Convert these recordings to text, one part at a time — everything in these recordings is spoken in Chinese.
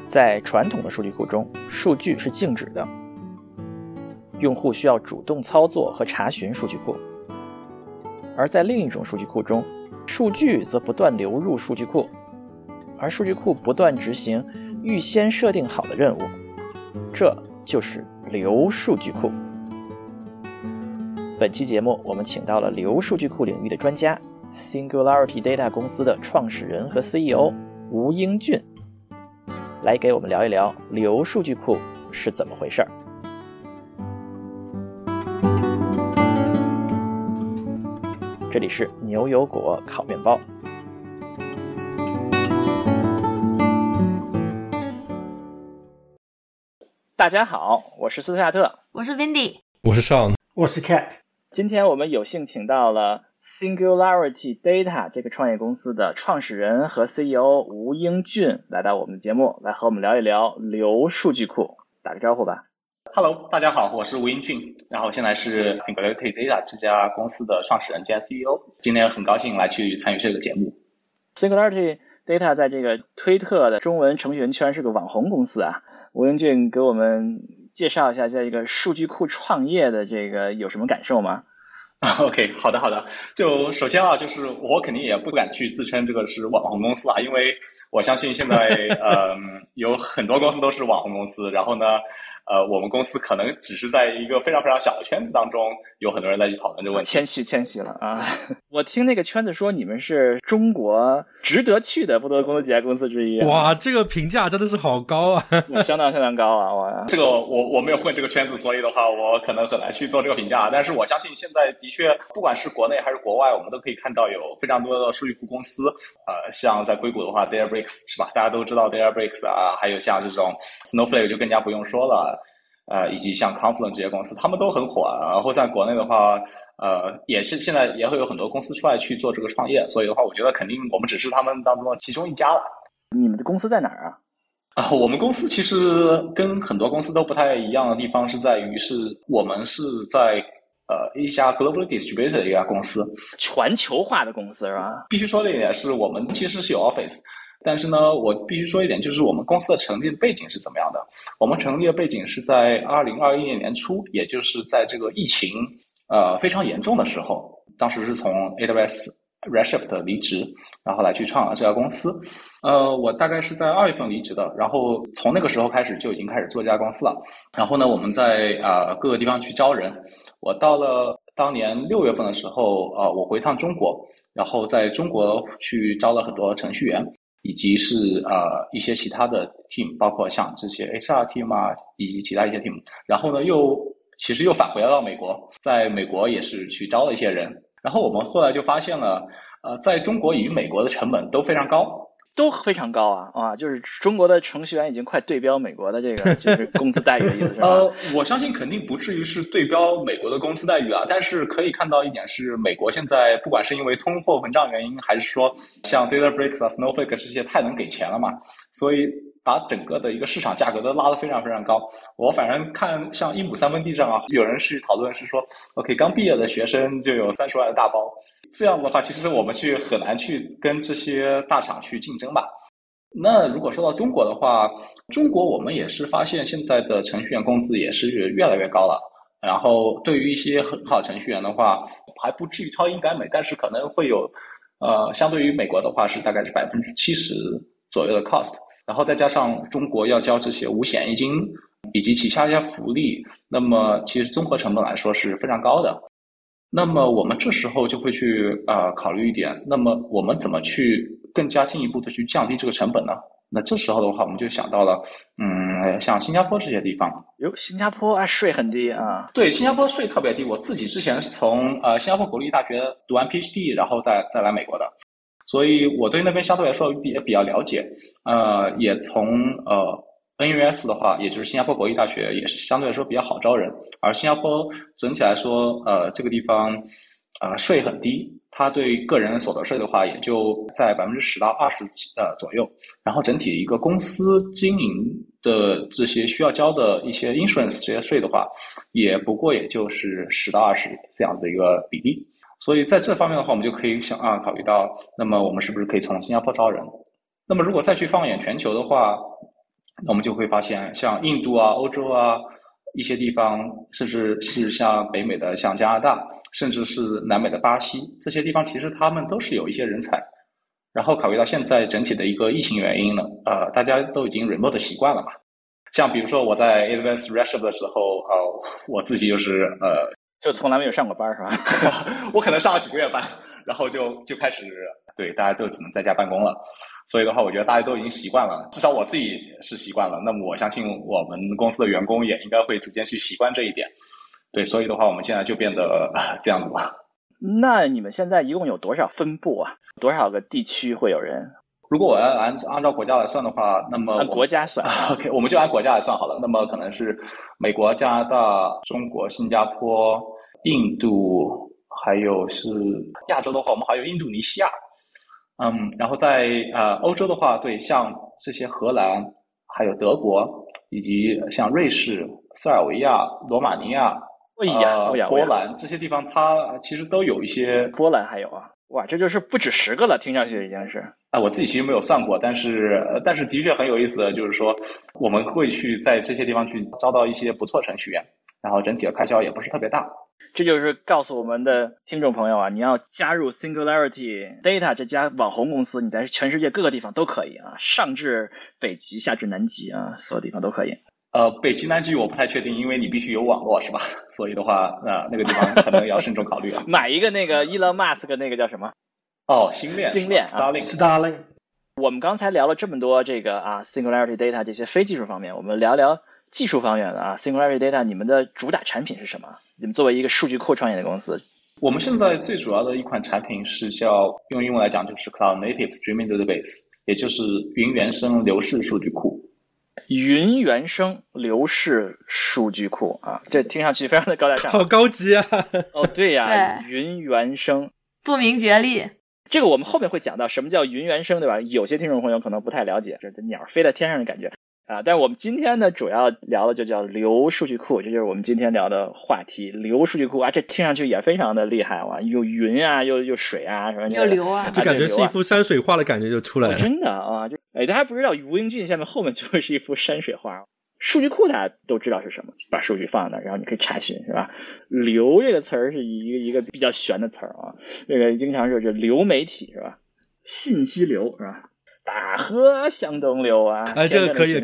在传统的数据库中，数据是静止的，用户需要主动操作和查询数据库。而在另一种数据库中，数据则不断流入数据库，而数据库不断执行预先设定好的任务，这就是流数据库。本期节目我们请到了流数据库领域的专家， Singularity Data 公司的创始人和 CEO 吴英俊，来给我们聊一聊流数据库是怎么回事。这里是牛油果烤面包。大家好，我是斯图亚特， 我是 Vindy， 我是 Sean， 我是 Cat。 今天我们有幸请到了 Singularity Data 这个创业公司的创始人和 CEO 吴英俊来到我们的节目，来和我们聊一聊流数据库。打个招呼吧。 Hello， 大家好，我是吴英俊，然后现在是 Singularity Data 这家公司的创始人兼 CEO。今天很高兴来去参与这个节目。 Singularity Data 在这个推特的中文程序员圈是个网红公司啊。吴英俊给我们介绍一下在这个数据库创业的这个有什么感受吗？ OK， 好的。就首先啊，就是我肯定也不敢去自称这个是网红公司啊，因为我相信现在有很多公司都是网红公司，然后呢我们公司可能只是在一个非常非常小的圈子当中有很多人在去讨论这个问题。 谦虚了啊！我听那个圈子说你们是中国值得去的不多公司几家公司之一。 哇，这个评价真的是好高啊！ 相当高啊！哇， 这个我没有混这个圈子，所以的话我可能很难去做这个评价。但是我相信现在的确，不管是国内还是国外，我们都可以看到有非常多的数据库公司。像在硅谷的话 ，Databricks 是吧？大家都知道 Databricks 啊，还有像这种 Snowflake 就更加不用说了。以及像 Confluent 这些公司，他们都很火。然后在国内的话，也是现在也会有很多公司出来去做这个创业，所以的话，我觉得肯定我们只是他们当中的其中一家了。 你们的公司在哪儿啊？ 我们公司其实跟很多公司都不太一样的地方是在于我们是在一家 globally distributed 的一家公司， 全球化的公司是吧？ 必须说的一点是我们其实是有 office。但是呢，我必须说一点，就是我们公司的成立的背景是怎么样的？我们成立的背景是在2021年年初，也就是在这个疫情非常严重的时候，当时是从 AWS Redshift 离职，然后来去创了这家公司。我大概是在2月份离职的，然后从那个时候开始就已经开始做这家公司了。然后呢，我们在各个地方去招人。我到了当年6月份的时候，我回趟中国，然后在中国去招了很多程序员。以及是一些其他的 team， 包括像这些 HR team 啊，以及其他一些 team。然后呢，其实又返回到美国，在美国也是去招了一些人。然后我们后来就发现了，在中国与美国的成本都非常高。 都非常高啊！就是中国的程序员已经快对标美国的这个就是工资待遇的意思是吧？ 我相信肯定不至于是对标美国的工资待遇啊，但是可以看到一点是，美国现在不管是因为通货膨胀原因，还是说像 Databricks 啊、Snowflake 这些太能给钱了嘛，所以把整个的一个市场价格都拉得非常非常高。我反正看像一亩三分地上啊，有人去讨论是说 ，OK， 刚毕业的学生就有30万的大包。这样的话，其实我们很难去跟这些大厂去竞争吧。那如果说到中国的话，中国我们也是发现现在的程序员工资也是越来越高了。然后对于一些很好的程序员的话，还不至于超英赶美，但是可能会有相对于美国的话是大概是70%左右的 cost。然后再加上中国要交这些五险一金以及其他一些福利，那么其实综合成本来说是非常高的。那么我们这时候就会去考虑一点，那么我们怎么去更加进一步的去降低这个成本呢？那这时候的话，我们就想到了像新加坡这些地方。 新加坡税很低啊。 对，新加坡税特别低。我自己之前是从新加坡国立大学读完 PhD， 然后再来美国的，所以我对那边相对来说也比较了解。也从NUS 的话，也就是新加坡国立大学，也是相对来说比较好招人。而新加坡整体来说，这个地方税很低，它对个人所得税的话，也就在10%到20%左右。然后整体一个公司经营的这些需要交的一些 insurance 这些税的话，也不过也就是10到20这样子的一个比例。所以在这方面的话，我们就可以考虑到，那么我们是不是可以从新加坡招人？那么如果再去放眼全球的话， 那我们就会发现，像印度啊、欧洲啊一些地方，甚至是像北美的像加拿大，甚至是南美的巴西，这些地方其实他们都是有一些人才。然后考虑到现在整体的一个疫情原因呢，大家都已经 remote 习惯了嘛。像比如说我在 AWS Redshift 的时候，我自己就从来没有上过班是吧？ 我可能上了几个月班，然后就开始对大家就只能在家办公了。所以的话，我觉得大家都已经习惯了，至少我自己是习惯了。那么我相信我们公司的员工也应该会逐渐去习惯这一点。对，所以的话，我们现在就变得这样子吧。 那你们现在一共有多少分部啊？多少个地区会有人？ 如果我要按照国家来算的话，那么按国家算 OK， 我们就按国家来算好了。那么可能是美国、加拿大、中国、新加坡、印度，还有是亚洲的话，我们还有印度尼西亚。然后在欧洲的话，对，像这些荷兰，还有德国，以及像瑞士、塞尔维亚、罗马尼亚、波兰这些地方，它其实都有一些。 波兰还有啊，哇，这就是不止10个了，听上去已经是。 我自己其实没有算过，但是的确很有意思的就是说，我们会去在这些地方去招到一些不错程序员，然后整体的开销也不是特别大。 这就是告诉我们的听众朋友啊，你要加入 Singularity Data 这家网红公司，你在全世界各个地方都可以啊，上至北极，下至南极啊，所有地方都可以。 北极南极我不太确定，因为你必须有网络是吧？所以的话，那个地方可能要慎重考虑了。 买一个那个 Elon Musk 那个叫什么？ 星链啊 Starlink。 我们刚才聊了这么多这个Singularity Data 这些非技术方面，我们聊聊技术方面的Singularity Data 你们的主打产品是什么？你们作为一个数据库创业的公司， 我们现在最主要的一款产品是叫用英文来讲就是 Cloud Native Streaming Database， 也就是云原生流式数据库。 云原生流式数据库啊，这听上去非常的高大上， 好高级啊！ 对呀，云原生不明觉厉。 这个我们后面会讲到什么叫云原生，对吧？有些听众朋友可能不太了解，这鸟飞在天上的感觉啊。但是我们今天呢，主要聊的就叫流数据库，这就是我们今天聊的话题。流数据库啊，这听上去也非常的厉害啊，又云啊，又水啊，什么又流啊， 就感觉是一幅山水画的感觉就出来了。 真的啊，大家不知道吴英俊下面后面就会是一幅山水画。数据库大家都知道是什么，把数据放在那儿，然后你可以查询，是吧？流这个词儿是一个比较玄的词儿啊，这个经常是流媒体，是吧？信息流，是吧？大河向东流啊！ 这个可以的。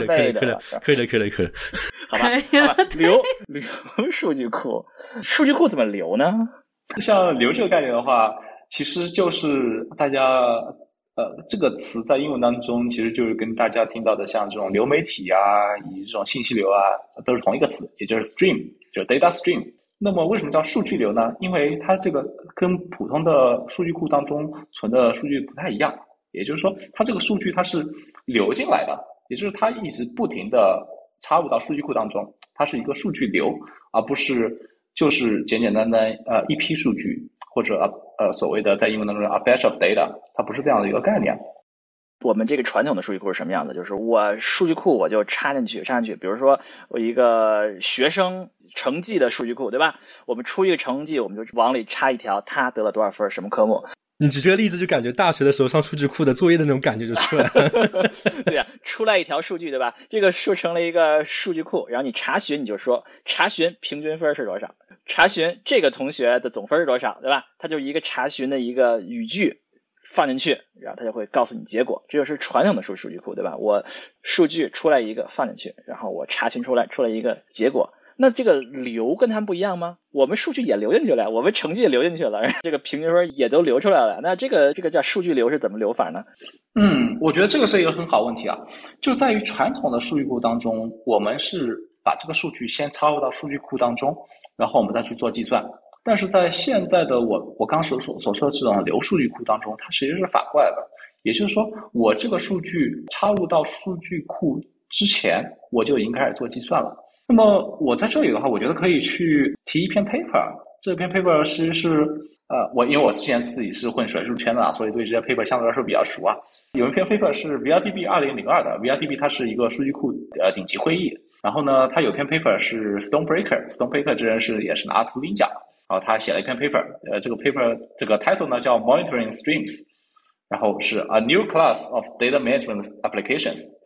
好吧，流数据库，数据库怎么流呢？ 像流这个概念的话，其实就是大家这个词在英文当中其实就是跟大家听到的像这种流媒体啊，以及这种信息流啊，都是同一个词，也就是 stream， 就是 data stream。那么为什么叫数据流呢？因为它这个跟普通的数据库当中存的数据不太一样，也就是说它这个数据它是流进来的，也就是它一直不停的插入到数据库当中，它是一个数据流，而不是就是简简单单一批数据，或者所谓的在英文当中 a batch of data， 它不是这样的一个概念。 我们这个传统的数据库是什么样的？就是我数据库我就插进去，比如说我一个学生成绩的数据库，对吧？我们出一个成绩，我们就往里插一条，他得了多少分，什么科目。 你举这个例子就感觉大学的时候上数据库的作业的那种感觉就出来了。 对啊，出来一条数据，对吧？这个数成了一个数据库，然后你查询，你就说查询平均分是多少，查询这个同学的总分是多少，对吧？它就是一个查询的一个语句放进去，然后它就会告诉你结果。这就是传统的数据库，对吧？我数据出来一个放进去，然后我查询出来一个结果。那这个流跟他们不一样吗？我们数据也流进去了，我们成绩也流进去了，这个平均分也都流出来了。那这个叫数据流是怎么流法呢？ 我觉得这个是一个很好问题啊，就在于传统的数据库当中，我们是把这个数据先插入到数据库当中，然后我们再去做计算。但是在现在的我刚所说的这种流数据库当中，它其实是反过来的，也就是说，我这个数据插入到数据库之前，我就已经开始做计算了。那么我在这里的话，我觉得可以去提一篇 paper。这篇 paper 其实是因为我之前自己是混学术圈的啊，所以对这些 paper 相对来说比较熟啊。有一篇 paper 是 VRDB 2002的 ，VRDB 它是一个数据库顶级会议。然后呢，它有篇 paper 是 Stonebreaker 这人也是拿图灵奖，然后他写了一篇 paper， 这个 paper 这个 title 呢叫 Monitoring Streams， 然后是 A New Class of Data Management Applications。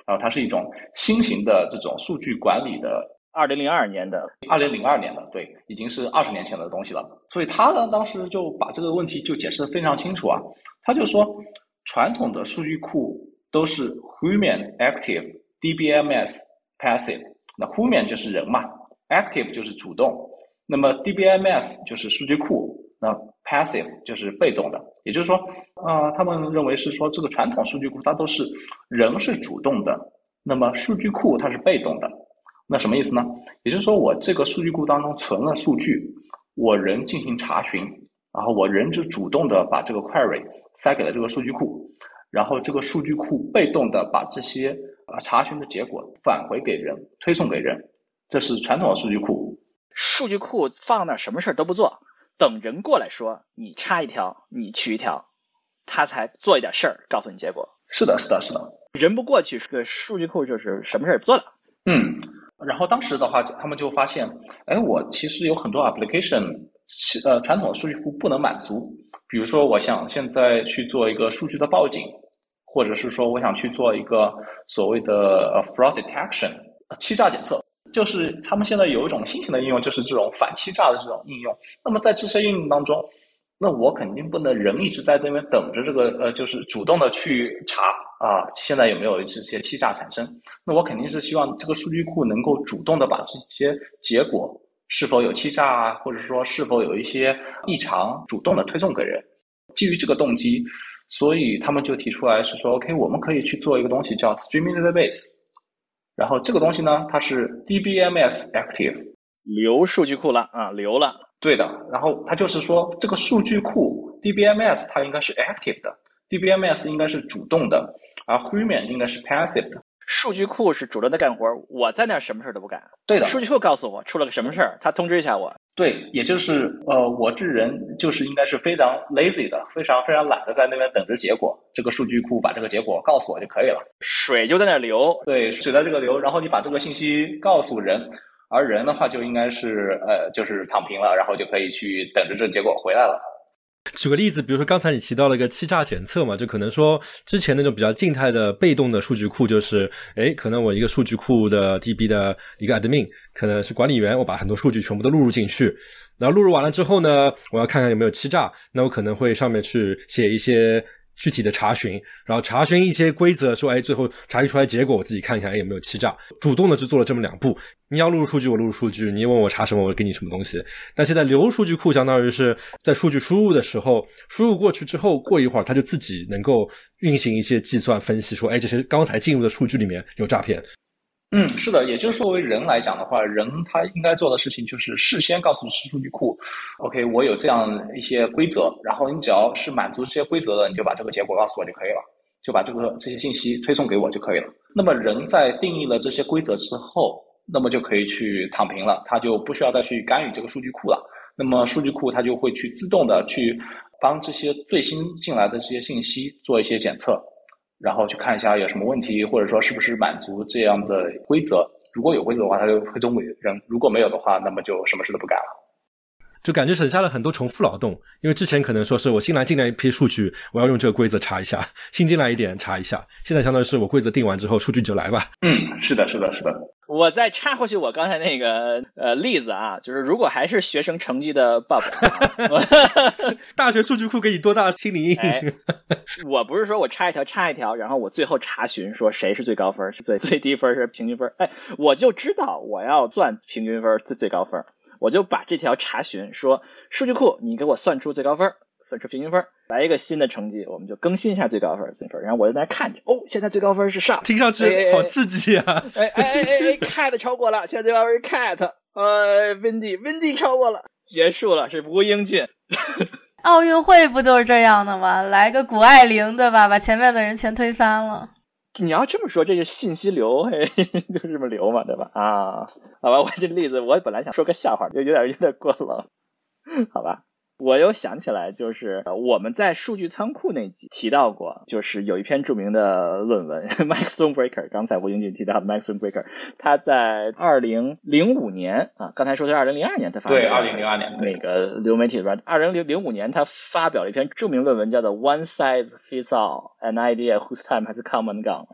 然后它是一种新型的这种数据管理的 2002年的 ，2002年的，对，已经是20年前的东西了。所以他呢，当时就把这个问题就解释得非常清楚啊。他就说，传统的数据库都是 human active DBMS passive， 那 human 就是人嘛， active 就是主动，那么 DBMS 就是数据库，那 passive 就是被动的。也就是说他们认为是说这个传统数据库它都是人是主动的，那么数据库它是被动的。那什么意思呢？也就是说我这个数据库当中存了数据，我人进行查询，然后我人就主动的把这个 query 塞给了这个数据库，然后这个数据库被动的把这些查询的结果返回给人，推送给人。这是传统的数据库。 数据库放那什么事都不做，等人过来说你插一条你取一条，他才做一点事儿告诉你结果。 是的。 人不过去，这个数据库就是什么事也不做的。 然后当时的话他们就发现，我其实有很多 application 传统的数据库不能满足。比如说我想现在去做一个数据的报警，或者是说我想去做一个所谓的fraud detection 欺诈检测，就是他们现在有一种新型的应用，就是这种反欺诈的这种应用。那么在这些应用当中，那我肯定不能人一直在那边等着这个就是主动的去查现在有没有这些欺诈产生。那我肯定是希望这个数据库能够主动的把这些结果是否有欺诈或者说是否有一些异常主动的推送给人。基于这个动机，所以他们就提出来是说 OK 我们可以去做一个东西叫 streaming database， 然后这个东西呢它是 DBMS active 流数据库了流了。 对的，然后它就是说这个数据库 DBMS 它应该是 active 的， DBMS 应该是主动的，而 human 应该是 passive 的。 数据库是主动的干活，我在那儿什么事都不干。 对的， 数据库告诉我出了个什么事儿，他通知一下我。 对，也就是我这人就是应该是非常 lazy 的，非常非常懒的在那边等着结果，这个数据库把这个结果告诉我就可以了。 水就在那儿流。 对，水在这个流，然后你把这个信息告诉人，而人的话就应该是就是躺平了，然后就可以去等着这结果回来了。 举个例子，比如说刚才你提到了一个欺诈检测嘛，就可能说之前那种比较静态的被动的数据库，就是可能我一个数据库的 DB 的一个 admin 可能是管理员，我把很多数据全部都录入进去，然后录入完了之后呢，我要看看有没有欺诈，那我可能会上面去写一些具体的查询，然后查询一些规则，说最后查询出来结果我自己看一看有没有欺诈，主动的就做了这么两步。你要录入数据我录入数据，你问我查什么我给你什么东西。但现在流数据库相当于是在数据输入的时候，输入过去之后过一会儿它就自己能够运行一些计算分析，说这些刚才进入的数据里面有诈骗。 是的，也就是作为人来讲的话，人他应该做的事情就是事先告诉数据库 OK 我有这样一些规则，然后你只要是满足这些规则的，你就把这个结果告诉我就可以了，就把这些信息推送给我就可以了。那么人在定义了这些规则之后，那么就可以去躺平了，他就不需要再去干预这个数据库了。那么数据库它就会去自动的去帮这些最新进来的这些信息做一些检测，然后去看一下有什么问题，或者说是不是满足这样的规则。如果有规则的话，它就会通给人；如果没有的话，那么就什么事都不干了。 就感觉省下了很多重复劳动，因为之前可能说是我新来进来一批数据，我要用这个规则查一下，新进来一点查一下，现在相当于是我规则定完之后数据就来吧。 是的。 我再插回去我刚才那个例子就是如果还是学生成绩的报表大学数据库给你多大心理阴影我不是说我插一条，然后我最后查询说谁是最高分，是最低分是平均分，我就知道我要算平均分最高分，我就把这条查询说数据库你给我算出最高分，算出平均分，来一个新的成绩，我们就更新一下最高分，然后我就在那看着现在最高分是上， 听上去好刺激啊 cat 超过了，现在最高分是 cat Windy 超过了，结束了，是吴英俊奥运会不就是这样的吗？来个谷爱凌对吧，把前面的人全推翻了。 你要这么说，这是信息流就是这么流嘛，对吧？好吧，我这例子我本来想说个笑话，就有点过冷，好吧。我又想起来，就是我们在数据仓库那集提到过，就是有一篇著名的论文Mike Stonebraker， 刚才吴英俊提到的 Mike Stonebraker， 他在2005年刚才说是2002年他发表， 对，2002年那个流媒体里边，2005年他发表了一篇著名论文，叫做 One Size Fits All: An Idea Whose Time Has Come and Gone。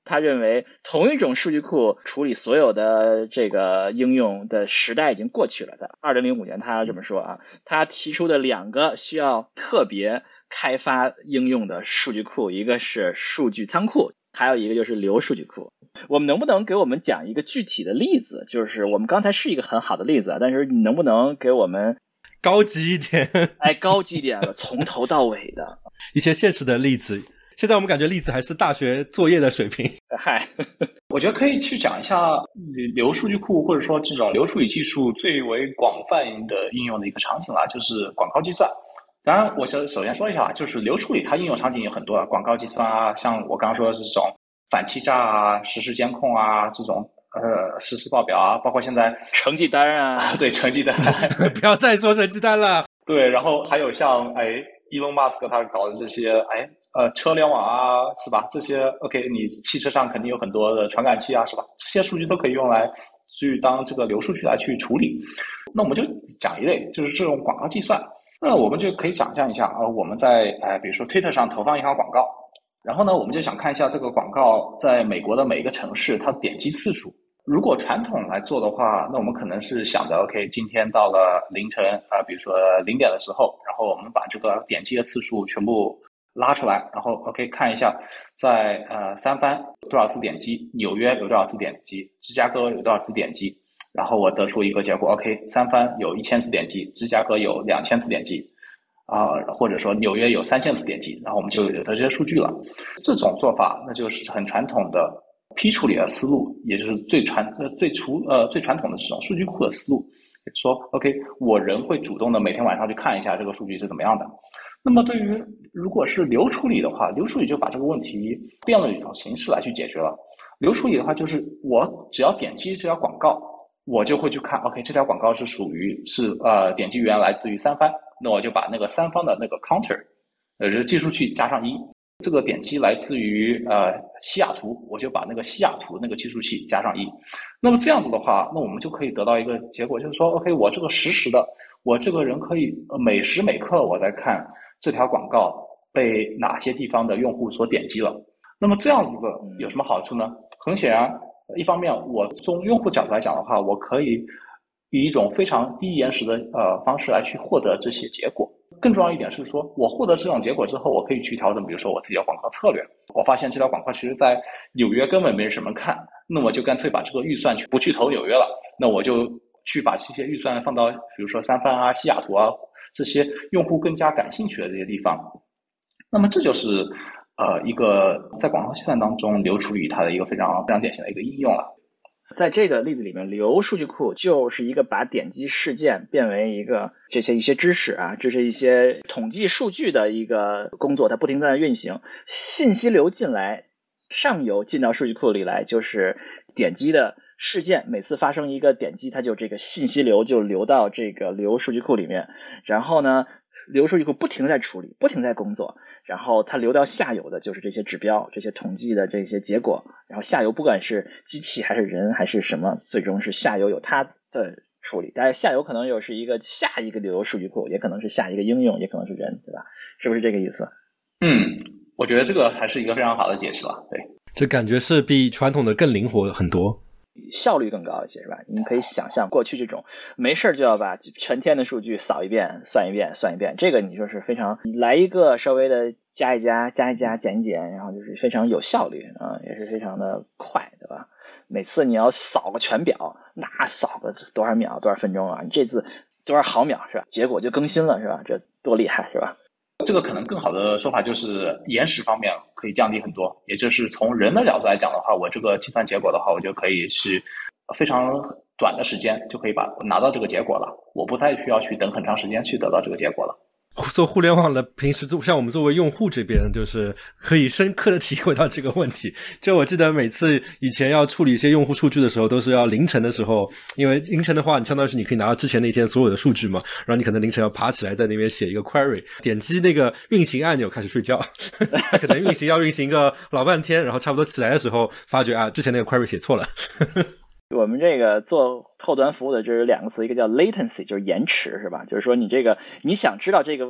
他认为同一种数据库处理所有的这个应用的时代已经过去了。在2005年他这么说啊，他提出的2个需要特别开发应用的数据库，一个是数据仓库，还有一个就是流数据库。我们能不能给我们讲一个具体的例子？就是我们刚才是一个很好的例子，但是你能不能给我们高级一点？ 高级一点的，从头到尾的一些现实的例子。现在我们感觉例子还是大学作业的水平。 嗨， 我觉得可以去讲一下流数据库或者说这种流处理技术最为广泛的应用的一个场景啦，就是广告计算。当然我首先说一下，就是流处理它应用场景有很多的，广告计算啊，像我刚刚说的这种反欺诈啊、实时监控啊，这种实时报表啊，包括现在成绩单啊， 对，成绩单不要再说成绩单了。 对，然后还有像Elon Musk 他搞的这些车联网啊，是吧？这些 OK， 你汽车上肯定有很多的传感器啊，是吧？这些数据都可以用来去当这个流数据来去处理。那我们就讲一类，就是这种广告计算。那我们就可以想象一下我们在比如说 Twitter 上投放一条广告，然后呢，我们就想看一下这个广告在美国的每一个城市它点击次数。如果传统来做的话，那我们可能是想着 OK， 今天到了凌晨比如说0点的时候，然后我们把这个点击的次数全部拉出来，然后 OK 看一下在三藩有多少次点击，纽约有多少次点击，芝加哥有多少次点击，然后我得出一个结果 OK， 三藩有1000次点击，芝加哥有2000次点击或者说纽约有3000次点击，然后我们就有这些数据了。这种做法那就是很传统的批处理的思路，也就是最传统的这种数据库的思路。说 OK， 我人会主动的每天晚上去看一下这个数据是怎么样的。那么对于如果是流处理的话，流处理就把这个问题变了一种形式来去解决了。流处理的话，就是我只要点击这条广告，我就会去看 OK， 这条广告是属于点击源来自于三藩，那我就把那个三方的那个 counter 就是计数器加上1。这个点击来自于西雅图，我就把那个西雅图那个计数器加上1。那么这样子的话，那我们就可以得到一个结果，就是说 OK， 我这个实时的，我这个人可以每时每刻我在看这条广告被哪些地方的用户所点击了。那么这样子的有什么好处呢？很显然，一方面我从用户角度来讲的话，我可以以一种非常低延时的方式来去获得这些结果。更重要一点是说，我获得这种结果之后，我可以去调整，比如说我自己的广告策略。我发现这条广告其实在纽约根本没什么看，那我就干脆把这个预算不去投纽约了，那我就去把这些预算放到比如说三藩啊、西雅图啊这些用户更加感兴趣的这些地方。那么这就是一个在广告计算当中流处理它的一个非常非常典型的一个应用了。 在这个例子里面，流数据库就是一个把点击事件变为一个一些知识啊，这是一些统计数据的一个工作，它不停地在运行，信息流进来，上游进到数据库里来，就是点击的事件，每次发生一个点击，它就这个信息流就流到这个流数据库里面，然后呢，流数据库不停在处理，不停在工作，然后它流到下游的就是这些指标，这些统计的这些结果，然后下游不管是机器还是人还是什么，最终是下游有它的处理，但是下游可能又是下一个流数据库，也可能是下一个应用，也可能是人，对吧？是不是这个意思？ 我觉得这个还是一个非常好的解释了。对， 这感觉是比传统的更灵活很多， 效率更高一些，是吧？你可以想象过去这种没事就要把全天的数据扫一遍算一遍，这个你说是非常来一个稍微的加一加减一减，然后就是非常有效率也是非常的快，对吧？每次你要扫个全表，那扫个多少秒多少分钟啊，你这次多少毫秒是吧？结果就更新了是吧？这多厉害是吧？ 这个可能更好的说法就是延时方面可以降低很多，也就是从人的角度来讲的话，我这个计算结果的话，我就可以是非常短的时间就可以拿到这个结果了，我不再需要去等很长时间去得到这个结果了。 做互联网的平时像我们作为用户这边，就是可以深刻的体会到这个问题。就我记得每次以前要处理一些用户数据的时候，都是要凌晨的时候，因为凌晨的话你相当于是你可以拿到之前那天所有的数据嘛，然后你可能凌晨要爬起来在那边写一个 query， 点击那个运行按钮开始睡觉它可能要运行个老半天，然后差不多起来的时候发觉之前那个 query 写错了我们这个做后端服务的就是2个词，一个叫 latency， 就是延迟是吧？就是说你想知道这个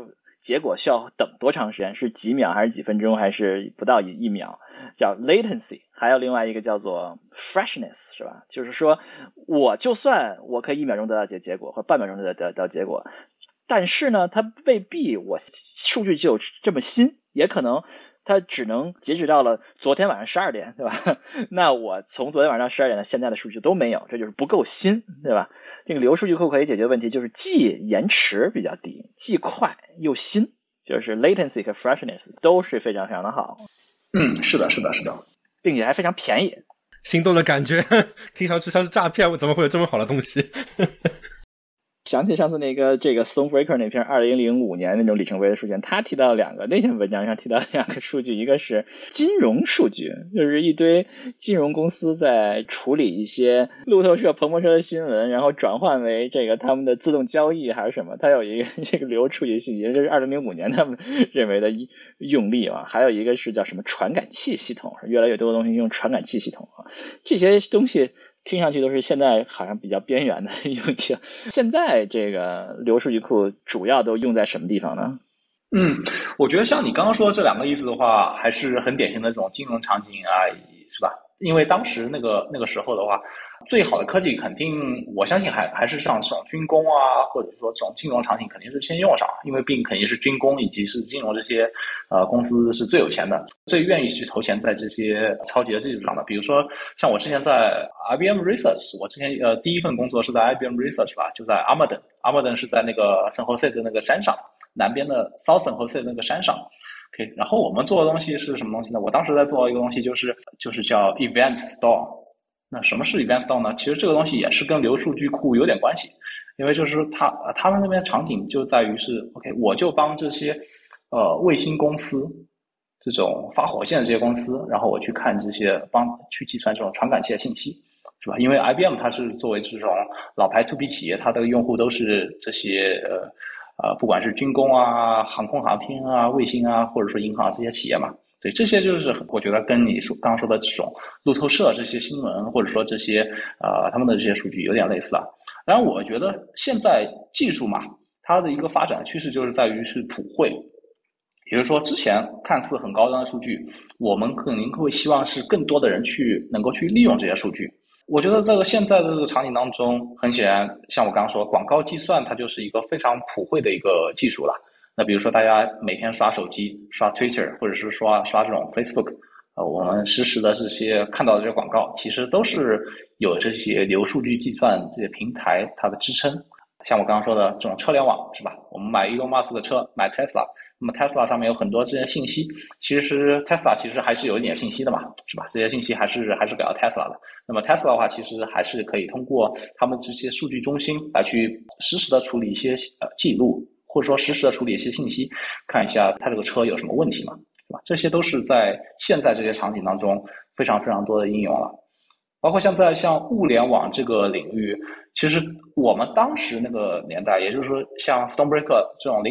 结果需要等多长时间，是几秒还是几分钟还是不到1秒，叫 latency。 还有另外一个叫做 freshness， 是吧？就是说我就算我可以1秒钟得到结果或半秒钟得到结果，但是呢它未必我数据就这么新，也可能它只能截止到了昨天晚上12点，对吧？那我从昨天晚上12点到现在的数据都没有，这就是不够新，对吧？这个流数据库可以解决的问题就是既延迟比较低，既快又新，就是 latency 和 freshness 都是非常非常的好。 是的， 并且还非常便宜。 心动的感觉，听上去像是诈骗，怎么会有这么好的东西？ 想起上次这个 Stonebreaker 那篇2005年那种里程碑的数据，他提到2个，那篇文章上提到2个数据，一个是金融数据，就是一堆金融公司在处理一些路透社、彭博社的新闻，然后转换为这个他们的自动交易还是什么，它有一个这个流数据信息，这是2005年他们认为的用例啊。还有一个是叫什么传感器系统，越来越多的东西用传感器系统啊，这些东西听上去都是现在好像比较边缘的用具。现在这个流数据库主要都用在什么地方呢？ 我觉得像你刚刚说的这2个例子的话，还是很典型的这种金融场景啊，是吧？因为当时那个时候的话，最好的科技肯定我相信还是像这种军工啊，或者说这种金融场景肯定是先用上，因为毕竟肯定是军工以及是金融这些公司是最有钱的，最愿意去投钱在这些超级的技术上的。比如说像我之前在 IBM Research， 我之前第一份工作是在 IBM Research 吧，就在 Armaden 是在那个圣何塞的那个山上，南边的 South San Jose 那个山上。OK， 然后我们做的东西是什么东西呢？我当时在做一个东西，就是叫 Event Store。那什么是 Event Store 呢？其实这个东西也是跟流数据库有点关系，因为就是他们那边场景就在于是 OK， 我就帮这些卫星公司这种发火箭的这些公司，然后我去看这些去计算这种传感器的信息，是吧？因为 IBM 它是作为这种老牌 to B 企业，它的用户都是这些不管是军工啊、航空航天啊、卫星啊，或者说银行这些企业嘛，对，这些就是我觉得跟你刚刚说的这种路透社这些新闻，或者说这些他们的这些数据有点类似啊。当然，我觉得现在技术嘛，它的一个发展趋势就是在于是普惠，也就是说，之前看似很高端的数据，我们肯定会希望是更多的人能够去利用这些数据。我觉得这个现在的这个场景当中，很显然，像我刚刚说，广告计算它就是一个非常普惠的一个技术了。那比如说大家每天刷手机、刷 Twitter， 或者是刷这种 Facebook， 我们实时的这些看到的这些广告，其实都是有这些流数据计算这些平台它的支撑。像我刚刚说的这种车联网，是吧？我们买Elon Musk的车，买 Tesla， 那么 Tesla 上面有很多这些信息，其实 Tesla 其实还是有一点信息的嘛，是吧？这些信息还是给到 Tesla 的。那么 Tesla 的话，其实还是可以通过他们这些数据中心来去实时的处理一些记录，或者说实时的处理一些信息，看一下它这个车有什么问题嘛，是吧？这些都是在现在这些场景当中非常非常多的应用了。包括像物联网这个领域，其实我们当时那个年代，也就是说像 Stonebreaker 这种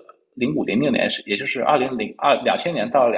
0500年，也就是2000年到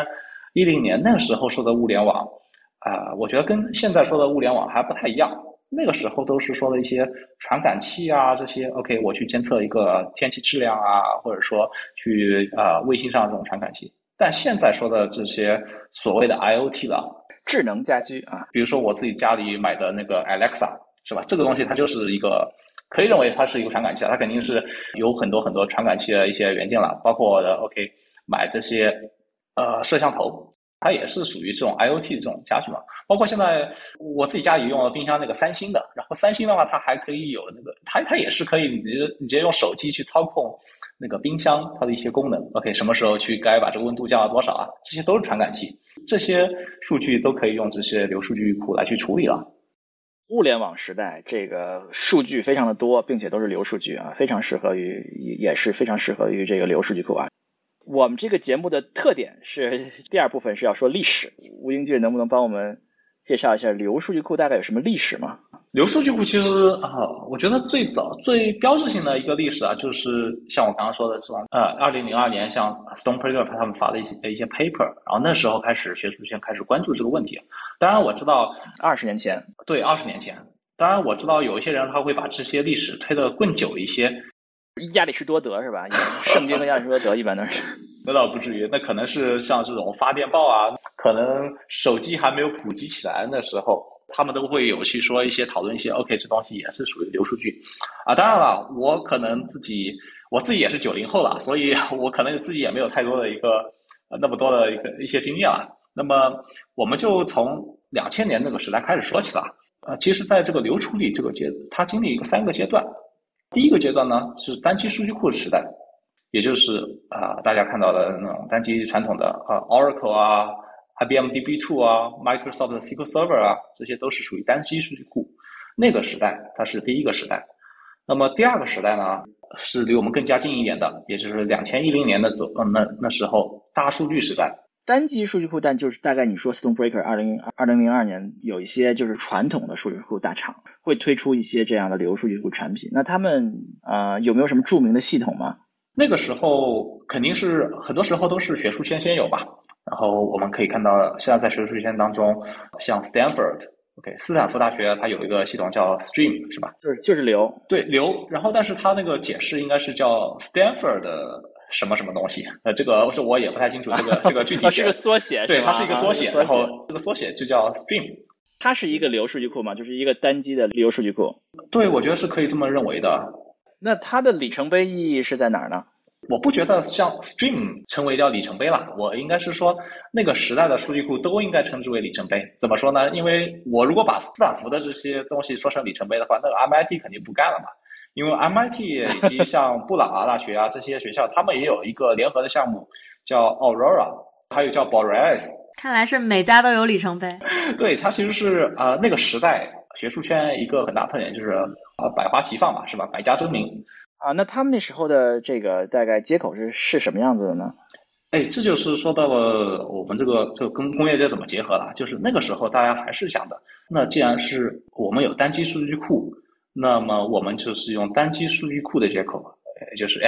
2010年那个时候说的物联网我觉得跟现在说的物联网还不太一样。那个时候都是说的一些传感器啊，这些 OK， 我去监测一个天气质量啊，或者说去卫星上这种传感器。但现在说的这些所谓的 IoT 了， 智能家居啊， 比如说我自己家里买的那个 Alexa， 是吧？这个东西它就是一个可以认为它是一个传感器，它肯定是有很多很多传感器的一些元件了，包括我的 OK 买这些摄像头，它也是属于这种 IoT 这种家具嘛。包括现在我自己家里用的冰箱那个三星的，然后三星的话它还可以有那个它也是可以你直接用手机去操控那个冰箱它的一些功能 OK， 什么时候去该把这个温度降到多少啊，这些都是传感器，这些数据都可以用这些流数据库来去处理了。 物联网时代，这个数据非常的多，并且都是流数据啊，非常适合于这个流数据库啊。我们这个节目的特点是第二部分是要说历史，吴英俊能不能帮我们介绍一下流数据库大概有什么历史吗？ 流数据库其实我觉得最早最标志性的一个历史就是像我刚刚说的这种2002年像 Stonebreaker 他们发的一些 paper， 然后那时候开始学术圈开始关注这个问题。当然我知道 20年前， 对，20年前。当然我知道有一些人他会把这些历史推得更久一些， 亚里士多德是吧？圣经跟亚里士多德一般都是。 那倒不至于，那可能是像这种发电报啊，可能手机还没有普及起来的时候，他们都会有去说一些讨论一些 OK 这东西也是属于流数据啊。当然了，我自己也是90后了，所以我可能自己也没有太多的那么多的一些经验了。那么我们就从2000年那个时代开始说起了。其实在这个流处理这个它经历3个阶段。第一个阶段呢是单机数据库的时代，也就是大家看到的那种单机传统的Oracle 啊、IBM DB2 啊、Microsoft SQL Server 啊，这些都是属于单机数据库。那个时代它是第一个时代。那么第二个时代呢是离我们更加近一点的，也就是2010年的那时候大数据时代。 单机数据库，但就是大概你说 Stonebreaker 2002年有一些就是传统的数据库大厂会推出一些这样的流数据库产品，那他们有没有什么著名的系统吗？ 那个时候肯定是很多时候都是学术圈先有吧。然后我们可以看到现在在学术圈当中，像 斯坦福大学它有一个系统叫 Stream 是吧？ 就是流。对， 流。然后但是它那个解释应该是叫 Stanford 的什么什么东西，这个我也不太清楚这个具体是个缩写， 对，它是一个缩写，然后这个缩写就叫 Stream。 它是一个流数据库吗？就是一个单机的流数据库？ 对，我觉得是可以这么认为的。 那它的里程碑意义是在哪儿呢？ 我不觉得像 Stream 成为叫里程碑了，我应该是说那个时代的数据库都应该称之为里程碑。怎么说呢？因为我如果把斯坦福的这些东西说成里程碑的话，那个 MIT 肯定不干了嘛。因为 MIT 以及像布朗大学啊这些学校，他们也有一个联合的项目叫 Aurora， 还有叫 Borealis。 看来是每家都有里程碑。 对，它其实是那个时代学术圈一个很大特点，就是百花齐放嘛，是吧？百家争鸣。 那他们那时候的这个大概接口是什么样子的呢？ 这就是说到了我们这个跟工业界怎么结合了。就是那个时候大家还是想的，那既然是我们有单机数据库，那么我们就是用单机数据库的接口，也就是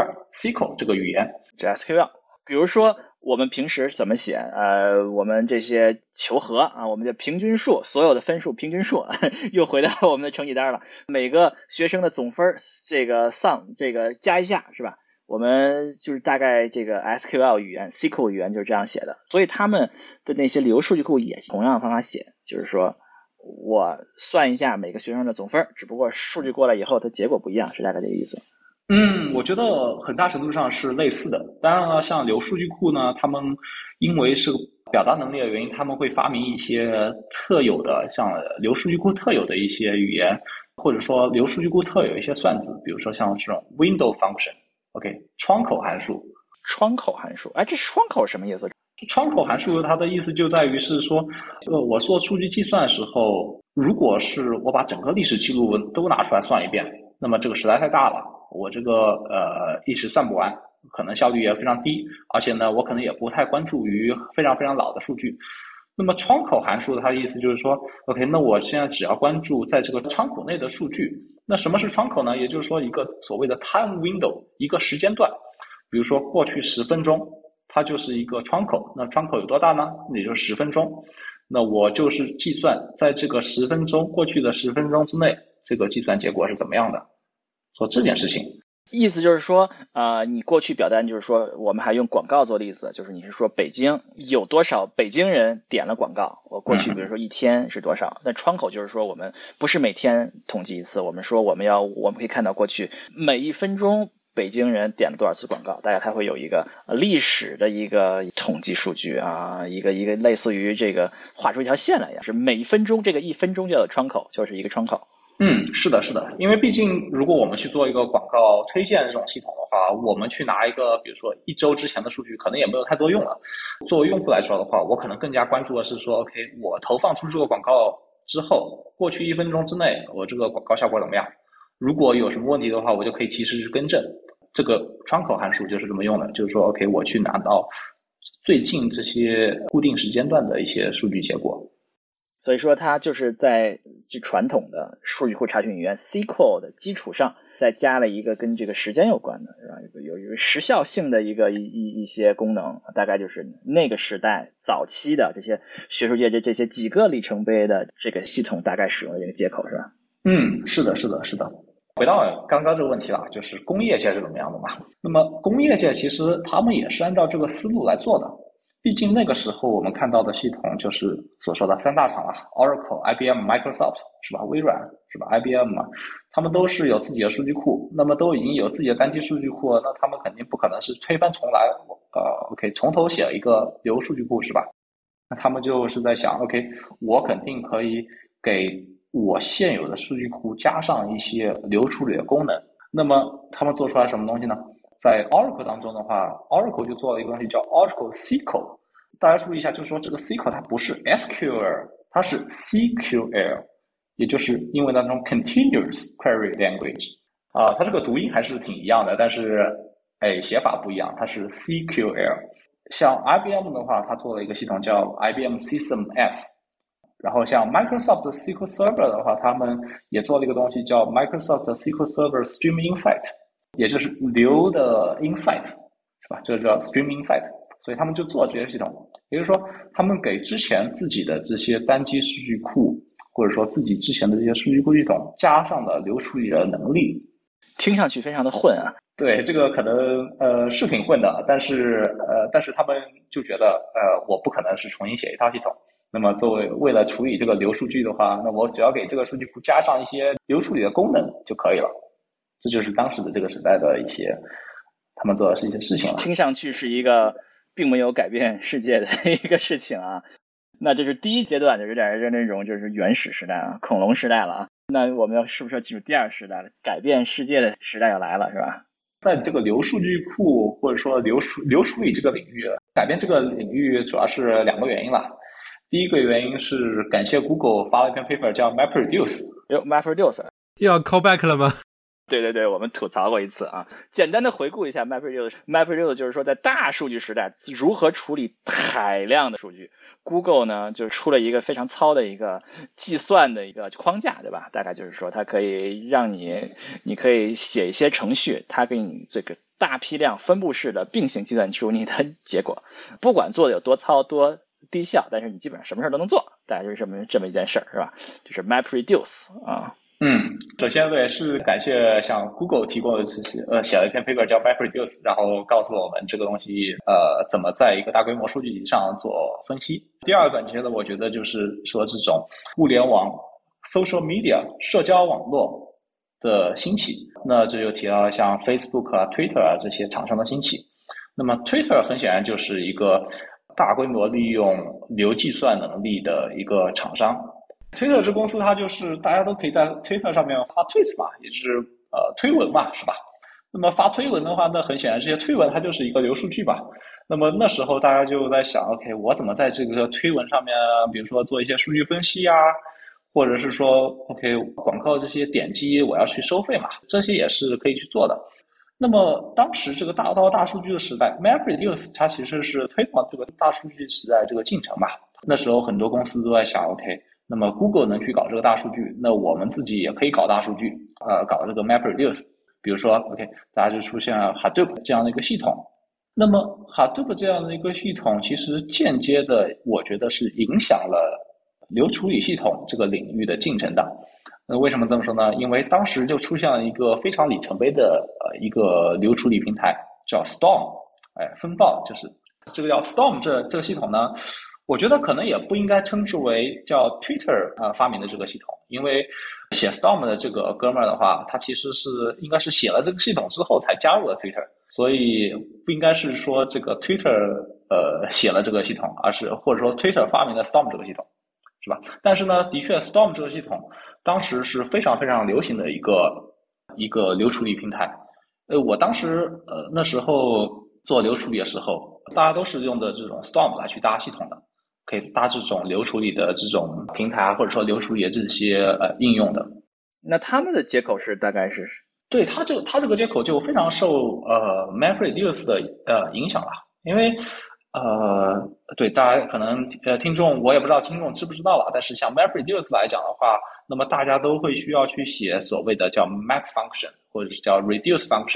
SQL 这个语言。 这 SQL， 比如说我们平时怎么写？我们这些求和啊，我们的平均数，所有的分数平均数，又回到我们的成绩单了。每个学生的总分，这个 sum 这个加一下是吧？我们就是大概这个 SQL 语言 SQL 语言就是这样写的。所以他们的那些流数据库也同样的方法写，就是说我算一下每个学生的总分，只不过数据过来以后它结果不一样，是大概这个意思。 我觉得很大程度上是类似的。当然了，像流数据库呢，他们因为是表达能力的原因，他们会发明一些特有的，像流数据库特有的一些语言，或者说流数据库特有一些算子，比如说像这种 window function，OK， 窗口函数。 窗口函数，这窗口什么意思？ 窗口函数它的意思就在于是说，我做数据计算的时候，如果是我把整个历史记录都拿出来算一遍，那么这个实在太大了，我这个一时算不完，可能效率也非常低，而且呢，我可能也不太关注于非常非常老的数据。那么窗口函数它的意思就是说 ，OK， 那我现在只要关注在这个窗口内的数据。那什么是窗口呢？也就是说一个所谓的 time window， 一个时间段。比如说过去10分钟，它就是一个窗口。那窗口有多大呢？也就是10分钟。那我就是计算在这个10分钟过去的10分钟之内，这个计算结果是怎么样的，做这件事情。 意思就是说，你过去表单就是说，我们还用广告做例子，就是你是说北京有多少北京人点了广告，我过去比如说一天是多少，那窗口就是说我们不是每天统计一次，我们说我们可以看到过去每1分钟北京人点了多少次广告，大概它会有一个历史的一个统计数据啊，一个类似于这个画出一条线来一样，是每1分钟这个1分钟就有窗口，就是一个窗口。 是的，是的，因为毕竟如果我们去做一个广告推荐这种系统的话，我们去拿一个比如说1周之前的数据，可能也没有太多用了。作为用户来说的话，我可能更加关注的是说 ，OK， 我投放出这个广告之后，过去1分钟之内，我这个广告效果怎么样？如果有什么问题的话，我就可以及时去更正。这个窗口函数就是这么用的，就是说 OK， 我去拿到最近这些固定时间段的一些数据结果。 所以说它就是在传统的数据库查询语言 SQL 的基础上，再加了一个跟这个时间有关的，是吧？有一个时效性的一些功能，大概就是那个时代早期的这些学术界这些几个里程碑的这个系统大概使用的这个接口，是吧？ 是的，是的，是的。 回到刚刚这个问题了，就是工业界是怎么样的嘛？那么工业界其实他们也是按照这个思路来做的。毕竟那个时候我们看到的系统就是所说的三大厂啊 ，Oracle、IBM、Microsoft 是吧？微软是吧 ？IBM 嘛，他们都是有自己的数据库，那么都已经有自己的单机数据库了，那他们肯定不可能是推翻重来，OK 从头写一个流数据库是吧？那他们就是在想 ，OK 我肯定可以给我现有的数据库加上一些流处理的功能。那么他们做出来什么东西呢？在 Oracle 当中的话 ，Oracle 就做了一个东西叫 Oracle SQL。大家注意一下，就是说这个 SQL 它不是 SQL， 它是 CQL， 也就是英文当中 Continuous Query Language。它这个读音还是挺一样的，但是写法不一样，它是 CQL。像 IBM 的话，它做了一个系统叫 IBM System S。然后像 Microsoft 的 SQL Server 的话，他们也做了一个东西叫 Microsoft SQL Server Stream Insight， 也就是流的 Insight， 是吧？这个叫 Stream Insight。所以他们就做这些系统，也就是说，他们给之前自己的这些单机数据库，或者说自己之前的这些数据库系统，加上了流处理的能力。 听上去非常的混啊。 对，这个可能是挺混的，但是他们就觉得我不可能是重新写一套系统。那么为了处理这个流数据的话，那我只要给这个数据库加上一些流处理的功能就可以了。这就是当时的这个时代的一些他们做的是一些事情了。 听上去是一个并没有改变世界的一个事情啊。那这是第一阶段，就有点是那种就是原始时代啊，恐龙时代了啊。那我们是不是要进入第二时代了？改变世界的时代要来了，是吧？ 在这个流数据库或者说流处理这个领域，改变这个领域主要是两个原因了。第一个原因是感谢 Google 发了一篇 paper 叫 MapReduce。 MapReduce 又要 call back 了吗？ 对，我们吐槽过一次啊。简单的回顾一下 MapReduce 就是说在大数据时代如何处理海量的数据。Google 呢就出了一个非常糙的一个计算的一个框架，对吧？大概就是说它可以让你可以写一些程序，它给你这个大批量分布式的并行计算出你的结果，不管做的有多糙多低效，但是你基本上什么事都能做，大概就是这么一件事儿，是吧？就是 MapReduce 啊。 首先也是感谢像 Google 提供的这些写了一篇 paper 叫 MapReduce， 然后告诉我们这个东西怎么在一个大规模数据集上做分析。第二个其实我觉得就是说这种物联网 social media 社交网络的兴起，那这就提到像 Facebook 啊 Twitter 啊这些厂商的兴起。那么 Twitter 很显然就是一个大规模利用流计算能力的一个厂商。Twitter 这公司它就是大家都可以在 Twitter 上面发 tweets 嘛，也就是推文嘛，是吧？那么发推文的话，那很显然这些推文它就是一个流数据吧。那么那时候大家就在想 ，OK， 我怎么在这个推文上面，比如说做一些数据分析啊，或者是说 OK 广告这些点击我要去收费嘛，这些也是可以去做的。那么当时这个大数据的时代 ，MapReduce 它其实是推广这个大数据时代这个进程嘛。那时候很多公司都在想 ，OK。那么 Google 能去搞这个大数据，那我们自己也可以搞大数据，搞这个 MapReduce。比如说 ，OK， 大家就出现了 Hadoop 这样的一个系统。那么 Hadoop 这样的一个系统，其实间接的，我觉得是影响了流处理系统这个领域的进程的。那为什么这么说呢？因为当时就出现了一个非常里程碑的一个流处理平台，叫 Storm， 风暴，就是这个叫 Storm 这个系统呢。我觉得可能也不应该称之为叫 Twitter 发明的这个系统，因为写 Storm 的这个哥们儿的话，他其实是应该是写了这个系统之后才加入了 Twitter， 所以不应该是说这个 Twitter 写了这个系统，而是或者说 Twitter 发明了 Storm 这个系统，是吧？但是呢，的确 Storm 这个系统当时是非常非常流行的一个流处理平台。我当时那时候做流处理的时候，大家都是用的这种 Storm 来去搭系统的。可以搭这种流处理的这种平台，或者说流处理的这些应用的。 那他们的接口是大概是？ 对，它这个接口就非常受MapReduce 的影响了，因为对大家可能听众我也不知道听众知不知道了，但是像 MapReduce 来讲的话，那么大家都会需要去写所谓的叫 Map function 或者是叫 Reduce function。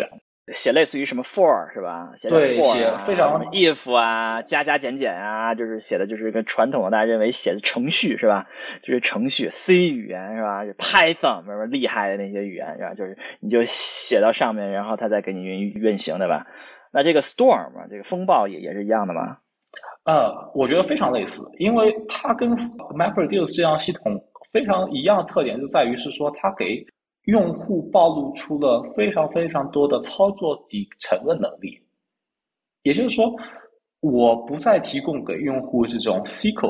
写类似于什么 for 是吧？写对 for 写非常 if 啊，加加减减啊，就是写的就是跟传统的大家认为写的程序是吧？就是程序 C 语言是吧？Python 什么厉害的那些语言是吧？就是你就写到上面，然后它再给你运行对吧？那这个 storm 这个风暴也是一样的吗？ 我觉得非常类似，因为它跟 MapReduce 这样系统非常一样的特点就在于是说它给用户暴露出了非常非常多的操作底层的能力，也就是说，我不再提供给用户这种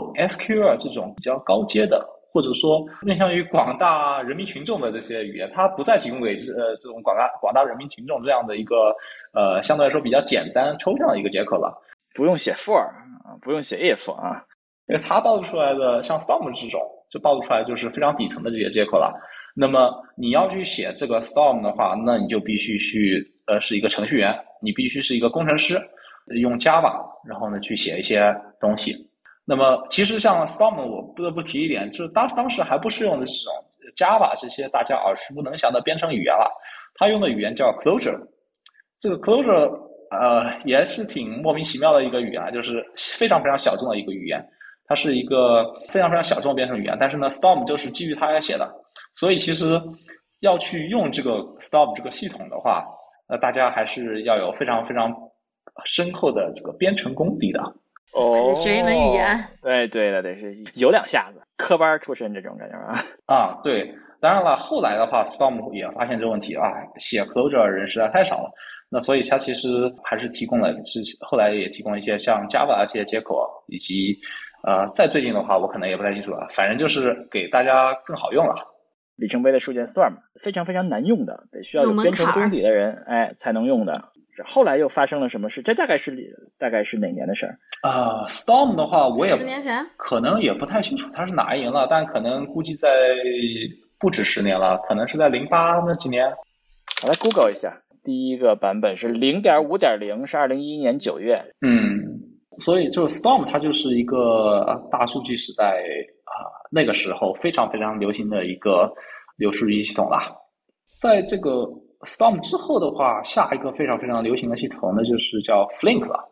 SQL 这种比较高阶的，或者说面向于广大人民群众的这些语言，它不再提供给这种广大人民群众这样的一个相对来说比较简单抽象的一个接口了， 不用写 for 不用写 if 啊， 因为它暴露出来的像 Storm 这种，就暴露出来就是非常底层的这些接口了。那么你要去写这个 Storm 的话，那你就必须去是一个程序员，你必须是一个工程师，用 Java， 然后呢去写一些东西。那么其实像 Storm 我不得不提一点，就是当时还不适用的这种 Java 这些大家耳熟能详的编程语言了，它用的语言叫 Clojure。这个 Clojure也是挺莫名其妙的一个语言，就是非常非常小众的一个语言，它是一个非常非常小众的编程语言，但是呢 Storm 就是基于它来写的，所以其实要去用这个 Storm 这个系统的话，大家还是要有非常非常深厚的这个编程功底的。 学一门语言。 对的，得是有两下子，科班出身这种感觉啊。对，当然了，后来的话 Storm 也发现这个问题啊，写 Clojure 人实在太少了，那所以它其实还是提供了，后来也提供了一些像 Java 这些接口，以及再最近的话我可能也不太清楚了，反正就是给大家更好用了。 里程碑的数据 Storm 非常非常难用的，得需要有编程功底的人才能用的。后来又发生了什么事？这大概是哪年的事儿 ？Storm 的话，我也 10年前可能也不太清楚它是哪一年了，但可能估计在不止10年了，可能是在08那几年。 我来 Google 一下，第一个版本是 0.5.0， 是2011年9月。 所以就是 Storm 它就是一个大数据时代那个时候非常非常流行的一个流数据系统啦。在这个Storm 之后的话，下一个非常非常流行的系统呢，就是叫 Flink 了。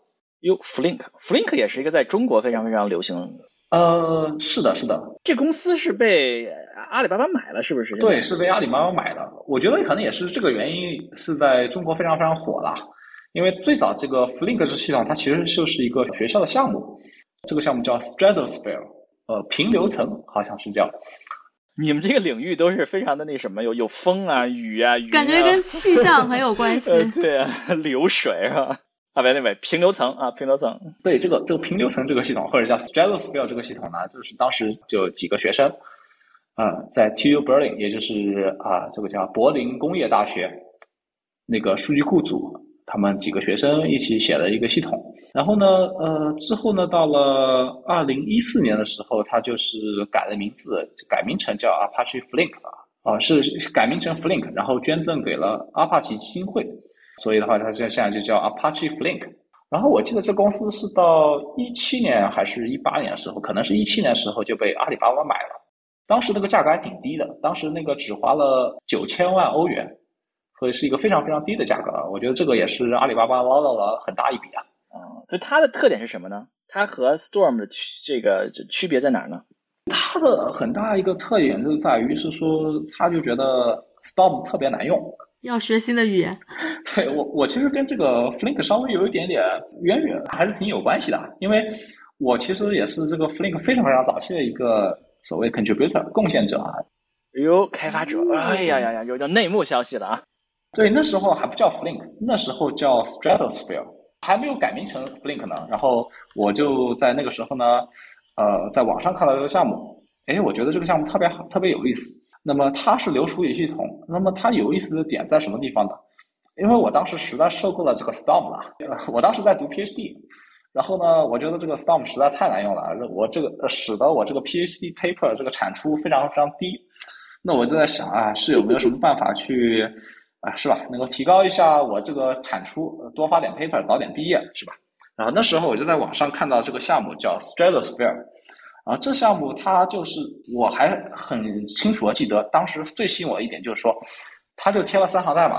Flink 也是一个在中国非常非常流行的。是的。 这公司是被阿里巴巴买了，是不是？ 对，是被阿里巴巴买的。我觉得可能也是这个原因，是在中国非常非常火啦。因为最早这个 Flink 这系统，它其实就是一个学校的项目，这个项目叫 Stratosphere， 平流层好像是叫。 你们这个领域都是非常的那什么，有风啊、雨啊、云啊， 感觉跟气象很有关系。 对啊，流水是吧？平流层啊，平流层。 对，这个平流层这个系统，或者叫 Stratosphere 这个系统呢，就是当时就几个学生，在 TU Berlin， 也就是这个叫柏林工业大学那个数据库组，他们几个学生一起写了一个系统。然后呢，之后呢，到了2014年的时候，他就是改了名字，改名成叫 Apache Flink 了，是改名成 Flink， 然后捐赠给了阿帕奇基金会，所以的话，它现在就叫 Apache Flink。然后我记得这公司是到17年还是18年的时候，可能是17年的时候就被阿里巴巴买了，当时那个价格还挺低的，当时那个只花了9000万欧元，所以是一个非常非常低的价格。我觉得这个也是阿里巴巴捞到了很大一笔啊。 所以它的特点是什么呢？它和 Storm 的这个区别在哪儿呢？ 它的很大一个特点就在于是说，他就觉得 Storm 特别难用， 要学新的语言。 对，我其实跟这个 Flink 稍微有一点点渊源，还是挺有关系的。因为我其实也是这个 Flink 非常非常早期的一个所谓 contributor 贡献者啊。 开发者，哎呀，有点内幕消息了啊。 对，那时候还不叫 Flink， 那时候叫 Stratosphere， 还没有改名成 Flink 呢。然后我就在那个时候呢，在网上看到这个项目，我觉得这个项目特别好，特别有意思。那么它是流处理系统，那么它有意思的点在什么地方呢？因为我当时实在受够了这个 Storm 了，我当时在读 PhD， 然后呢，我觉得这个 Storm 实在太难用了，我这个使得我这个 PhD paper 这个产出非常非常低。那我就在想是有没有什么办法去是吧，能够提高一下我这个产出，多发点 paper， 早点毕业，是吧？然后那时候我就在网上看到这个项目叫 Stratosphere。这项目它就是我还很清楚的记得，当时最吸引我的一点就是说，它就贴了3行代码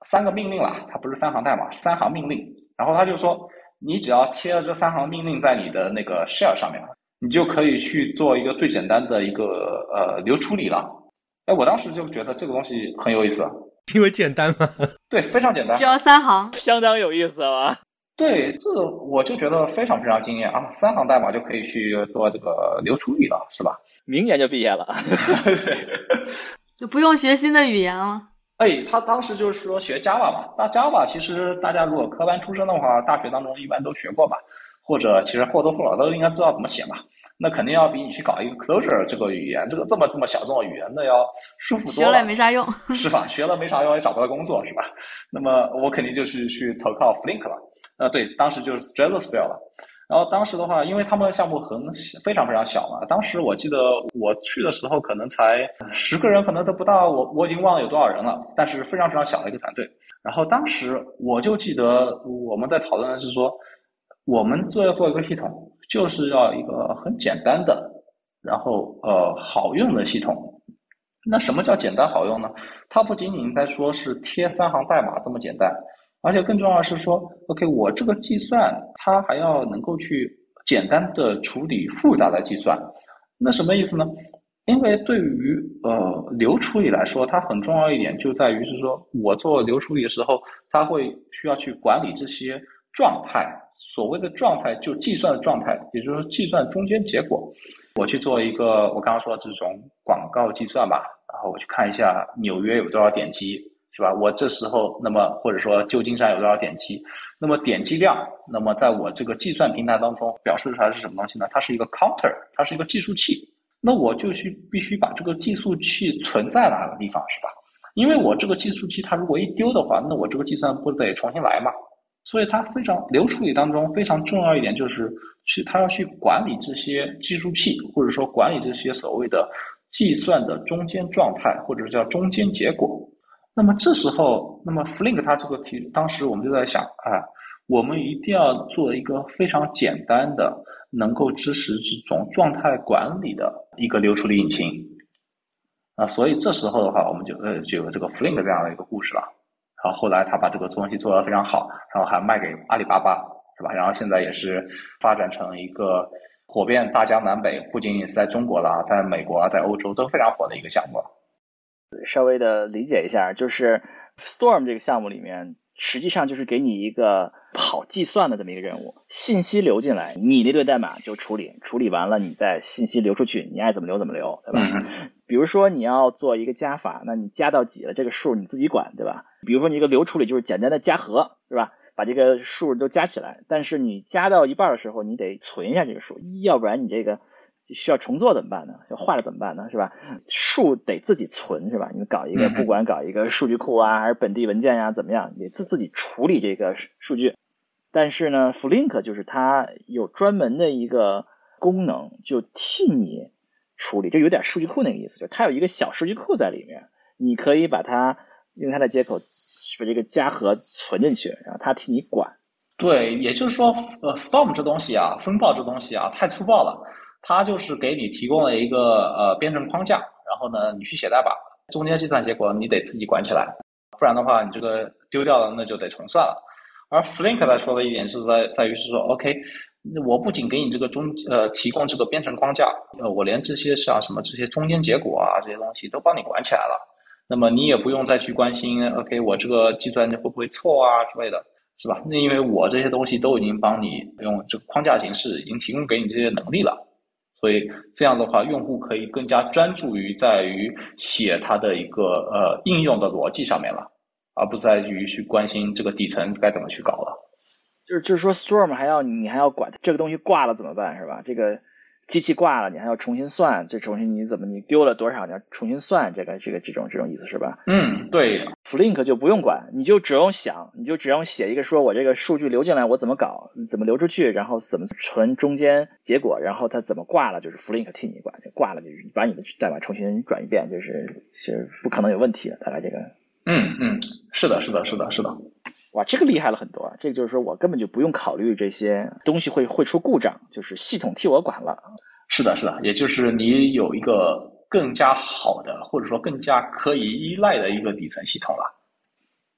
3个命令了，它不是3行代码，是3行命令。然后他就说，你只要贴了这3行命令在你的那个 shell 上面，你就可以去做一个最简单的一个流处理了。我当时就觉得这个东西很有意思， 因为简单嘛。 对，非常简单， 只要3行， 相当有意思吧？ 对，这我就觉得非常非常惊艳啊！3行代码就可以去做这个流处理了，是吧？ 明年就毕业了。 对， 就不用学新的语言了。 他当时就是说学 Java 嘛，那 Java 其实大家如果科班出身的话，大学当中一般都学过吧，或者其实或多或少都应该知道怎么写嘛。那肯定要比你去搞一个 Clojure 这个语言，这个这么小众的语言，那要舒服多了。 学了也没啥用， 是吧？学了没啥用，也找不到工作，是吧？那么我肯定就是去投靠 Flink 了。对，当时就是 Stratosphere 了。然后当时的话，因为他们的项目非常非常小嘛，当时我记得我去的时候可能才10个人，可能都不到，我已经忘了有多少人了，但是非常非常小的一个团队。然后当时我就记得我们在讨论的是说，我们要做一个系统，就是要一个很简单的，然后好用的系统。那什么叫简单好用呢？它不仅仅在说是贴3行代码这么简单，而且更重要的是说 OK 我这个计算它还要能够去简单的处理复杂的计算。那什么意思呢？因为对于流处理来说，它很重要一点就在于是说，我做流处理的时候，它会需要去管理这些状态。所谓的状态就计算的状态，也就是说计算中间结果。我去做一个我刚刚说的这种广告计算吧，然后我去看一下纽约有多少点击，是吧？我这时候那么或者说旧金山有多少点击，那么点击量，那么在我这个计算平台当中表示出来是什么东西呢？它是一个 counter， 它是一个计数器。那我就必须把这个计数器存在哪个地方，是吧？因为我这个计数器它如果一丢的话，那我这个计算不得重新来嘛？所以它非常流处理当中非常重要一点就是它要去管理这些计数器，或者说管理这些所谓的计算的中间状态，或者叫中间结果。那么这时候，那么 Flink 它这个当时我们就在想我们一定要做一个非常简单的能够支持这种状态管理的一个流处理引擎所以这时候的话我们就有这个 Flink 这样的一个故事了。然后后来他把这个东西做得非常好，然后还卖给阿里巴巴，是吧？然后现在也是发展成一个火遍大江南北，不仅仅是在中国啦，在美国啊，在欧洲都非常火的一个项目了。 稍微的理解一下，就是 Storm 这个项目里面实际上就是给你一个跑计算的这么一个任务，信息流进来，你那对代码就处理完了，你再信息流出去，你爱怎么流怎么流，对吧？比如说你要做一个加法，那你加到几了这个数你自己管，对吧？比如说你一个流处理就是简单的加和，是吧？把这个数都加起来，但是你加到一半的时候你得存一下这个数，要不然你这个需要重做怎么办呢？要坏了怎么办呢？是吧？数得自己存，是吧？你搞一个不管搞一个数据库啊还是本地文件呀怎么样，你自己处理这个数据。但是呢 Flink 就是它有专门的一个功能，就替你处理，就有点数据库那个意思，就是它有一个小数据库在里面，你可以把它用它的接口把这个加和存进去，然后它替你管。 对，也就是说Storm 这东西啊，风暴这东西啊太粗暴了，它就是给你提供了一个编程框架，然后呢你去写代码，中间计算结果你得自己管起来，不然的话你这个丢掉了那就得重算了。而 Flink 来说的一点是在于是说 OK， 我不仅给你这个提供这个编程框架，我连这些像什么这些中间结果啊这些东西都帮你管起来了。那么你也不用再去关心 OK 我这个计算会不会错啊之类的，是吧？那因为我这些东西都已经帮你用这个框架形式已经提供给你这些能力了，所以这样的话用户可以更加专注在于写它的一个应用的逻辑上面了，而不在于去关心这个底层该怎么去搞了。 就是说 Storm 你还要管这个东西挂了怎么办，是吧？这个机器挂了你还要重新算，这重新你丢了多少你要重新算，这种意思是吧？ 对。 Flink 就不用管，你就只用想，你就只用写一个说我这个数据流进来我怎么搞，怎么流出去，然后怎么存中间结果，然后它怎么挂了就是 Flink 替你管，挂了就是把你的代码重新转一遍，就是不可能有问题的，大概这个。 是的。 哇，这个厉害了很多，这个就是说我根本就不用考虑这些东西会出故障，就是系统替我管了。 是的，也就是你有一个更加好的或者说更加可以依赖的一个底层系统了。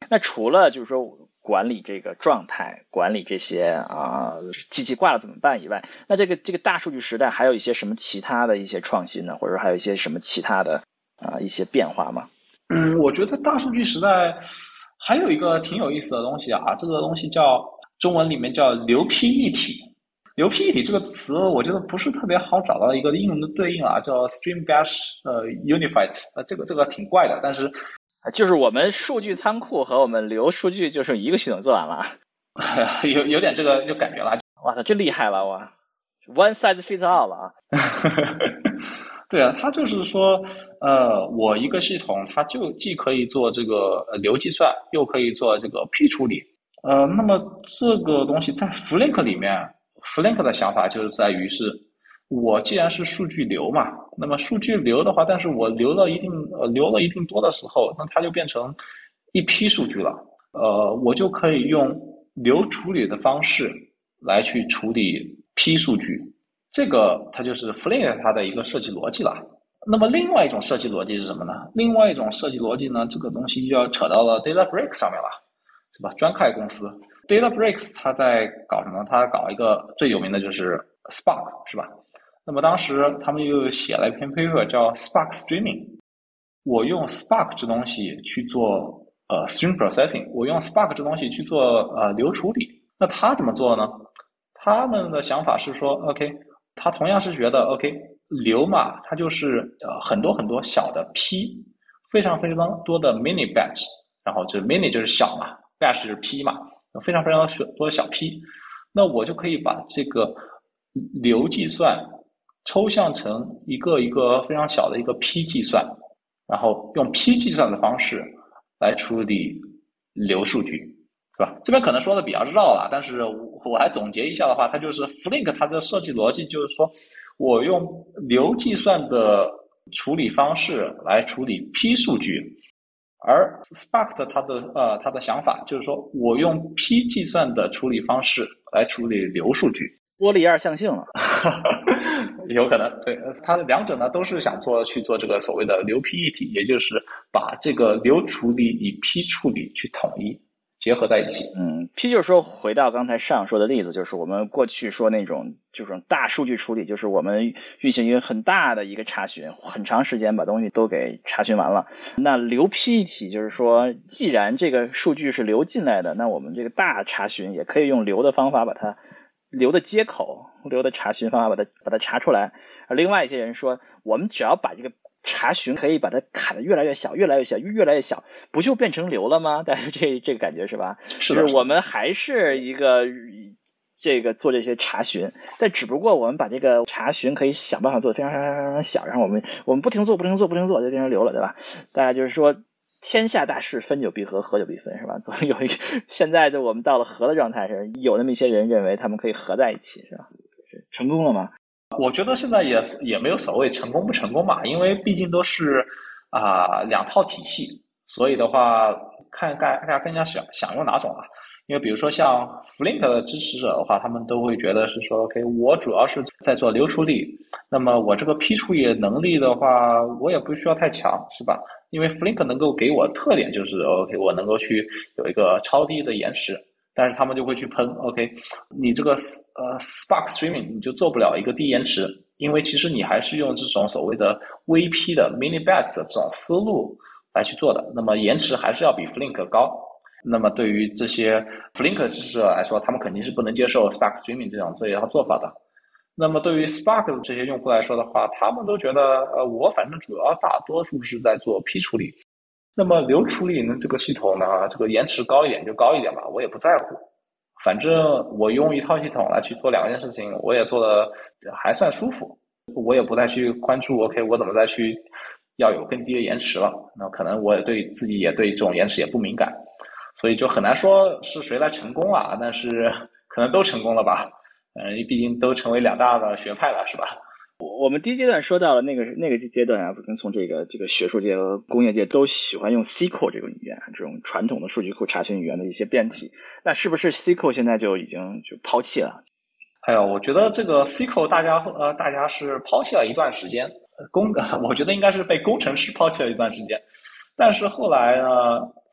那除了就是说管理这个状态，管理这些机器挂了怎么办以外，那这个大数据时代还有一些什么其他的一些创新呢？或者说还有一些什么其他的一些变化吗？ 我觉得大数据时代还有一个挺有意思的东西啊，这个东西中文里面叫流批一体。流批一体这个词我觉得不是特别好找到一个应用的对应啊，叫 Stream Batch Unified， 这个挺怪的，但是就是我们数据仓库和我们流数据就是一个系统做完了， 有点这个就感觉了。 哇塞，真厉害了哇 ！One size fits all 了啊！ 对啊，它就是说，我一个系统它就既可以做这个流计算，又可以做这个批处理。那么这个东西在 Flink 里面 ，Flink 的想法就是在于是，我既然是数据流嘛，那么数据流的话，但是我流了一定多的时候，那它就变成一批数据了。我就可以用流处理的方式来去处理批数据。这个它就是 Flink 它的一个设计逻辑了。那么另外一种设计逻辑是什么呢？另外一种设计逻辑呢，这个东西就要扯到了 Databricks 上面了，是吧？专开公司 Databricks 它在搞什么？它搞一个最有名的就是 Spark， 是吧？那么当时他们又写了一篇 paper 叫 Spark Streaming。我用 Spark 这东西去做stream processing， 我用 Spark 这东西去做流处理。那他怎么做呢？他们的想法是说 OK，他同样是觉得 OK 流嘛，它就是很多很多小的批，非常非常多的 mini batch， 然后这 mini 就是小嘛， batch 是批嘛，非常非常多的小批。那我就可以把这个流计算抽象成一个一个非常小的一个批计算，然后用批计算的方式来处理流数据，是吧？这边可能说的比较绕了，但是我来总结一下的话，它就是 Flink 它的设计逻辑就是说，我用流计算的处理方式来处理批数据，而 Spark 它的想法就是说，我用批计算的处理方式来处理流数据。 玻璃二象性了。 有可能，对，它两者呢都是想去做这个所谓的流批一体，也就是把这个流处理与批处理去统一结合在一起。 批就是说回到刚才上说的例子，就是我们过去说那种就是大数据处理，就是我们运行一个很大的一个查询，很长时间把东西都给查询完了。那流批一体就是说，既然这个数据是流进来的，那我们这个大查询也可以用流的方法把它流的接口、流的查询方法把它查出来。而另外一些人说，我们只要把这个查询可以把它砍得越来越小，越来越小，越来越小，不就变成流了吗？但是这个感觉是吧？ 是的， 就是我们还是一个这个做这些查询，但只不过我们把这个查询可以想办法做得非常非常非常小，然后我们不停做就变成流了，对吧？大家就是说，天下大势，分久必合，合久必分，是吧？总有一个现在我们到了合的状态是，有那么一些人认为他们可以合在一起，是吧？是成功了吗？ 我觉得现在也没有所谓成功不成功嘛，因为毕竟都是两套体系，所以的话看大家更加想用哪种啊。因为比如说像 Flink 的支持者的话，他们都会觉得是说 OK， 我主要是在做流处理，那么我这个批处理能力的话，我也不需要太强，是吧？因为 Flink 能够给我特点就是 OK， 我能够去有一个超低的延迟。但是他们就会去喷 OK， 你这个Spark Streaming 你就做不了一个低延迟，因为其实你还是用这种所谓的微批的 mini batch 的这种思路来去做的，那么延迟还是要比 Flink 高。那么对于这些 Flink 支持者来说，他们肯定是不能接受 Spark Streaming 这一套做法的。那么对于 Spark 这些用户来说的话，他们都觉得我反正主要大多数是在做批处理。那么流处理呢，这个系统呢，这个延迟高一点就高一点吧，我也不在乎。反正我用一套系统来去做两件事情，我也做的还算舒服，我也不再去关注 OK， 我怎么再去要有更低的延迟了。那可能我也对自己也对这种延迟也不敏感，所以就很难说是谁来成功了，但是可能都成功了吧。毕竟都成为两大的学派了，是吧？ 我们第一阶段说到了那个阶段啊，从这个学术界和工业界都喜欢用 SQL 这种语言，这种传统的数据库查询语言的一些变体。那是不是 SQL 现在就已经抛弃了？ 哎呦，我觉得这个 SQL 大家是抛弃了一段时间，我觉得应该是被工程师抛弃了一段时间。但是后来呢，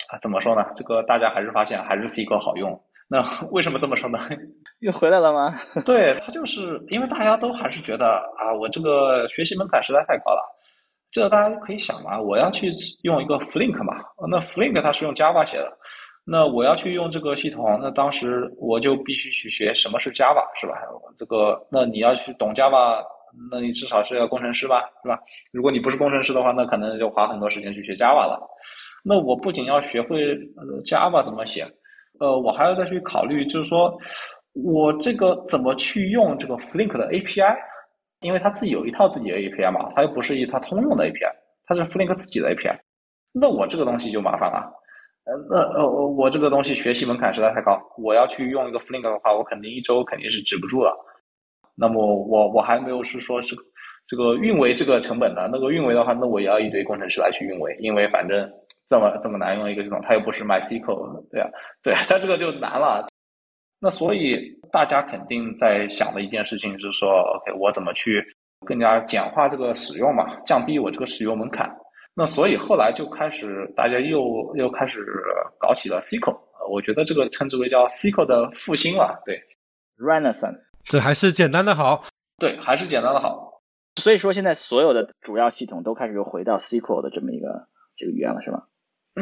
怎么说呢？这个大家还是发现还是 SQL 好用。那为什么这么说呢？ 又回来了吗？ 对，它就是因为大家都还是觉得我这个学习门槛实在太高了。这大家可以想嘛，我要去用一个 Flink 嘛，那 Flink 它是用 Java 写的，那我要去用这个系统，那当时我就必须去学什么是 Java， 是吧？这个，那你要去懂 Java， 那你至少是个工程师吧，是吧？如果你不是工程师的话，那可能就花很多时间去学 Java 了。那我不仅要学会Java 怎么写，我还要再去考虑，就是说我这个怎么去用这个 Flink 的 API。因为它自己有一套自己的 API 嘛，它又不是一套通用的 API， 它是 Flink 自己的 API， 那我这个东西就麻烦了。我这个东西学习门槛实在太高，我要去用一个 Flink 的话，我肯定一周肯定是止不住了。那么我还没有是说这个运维这个成本的，那个运维的话，那我也要一堆工程师来去运维，因为反正这么难用的一个系统，它又不是 MySQL， 对啊，它这个就难了。那所以大家肯定在想的一件事情是说 OK 我怎么去更加简化这个使用嘛，降低我这个使用门槛。那所以后来就开始大家又开始搞起了 SQL， 我觉得这个称之为叫 SQL 的复兴了，对 Renaissance。 这还是简单的好。 对，还是简单的好。 所以说现在所有的主要系统都开始又回到 SQL 的这个语言了，是吗？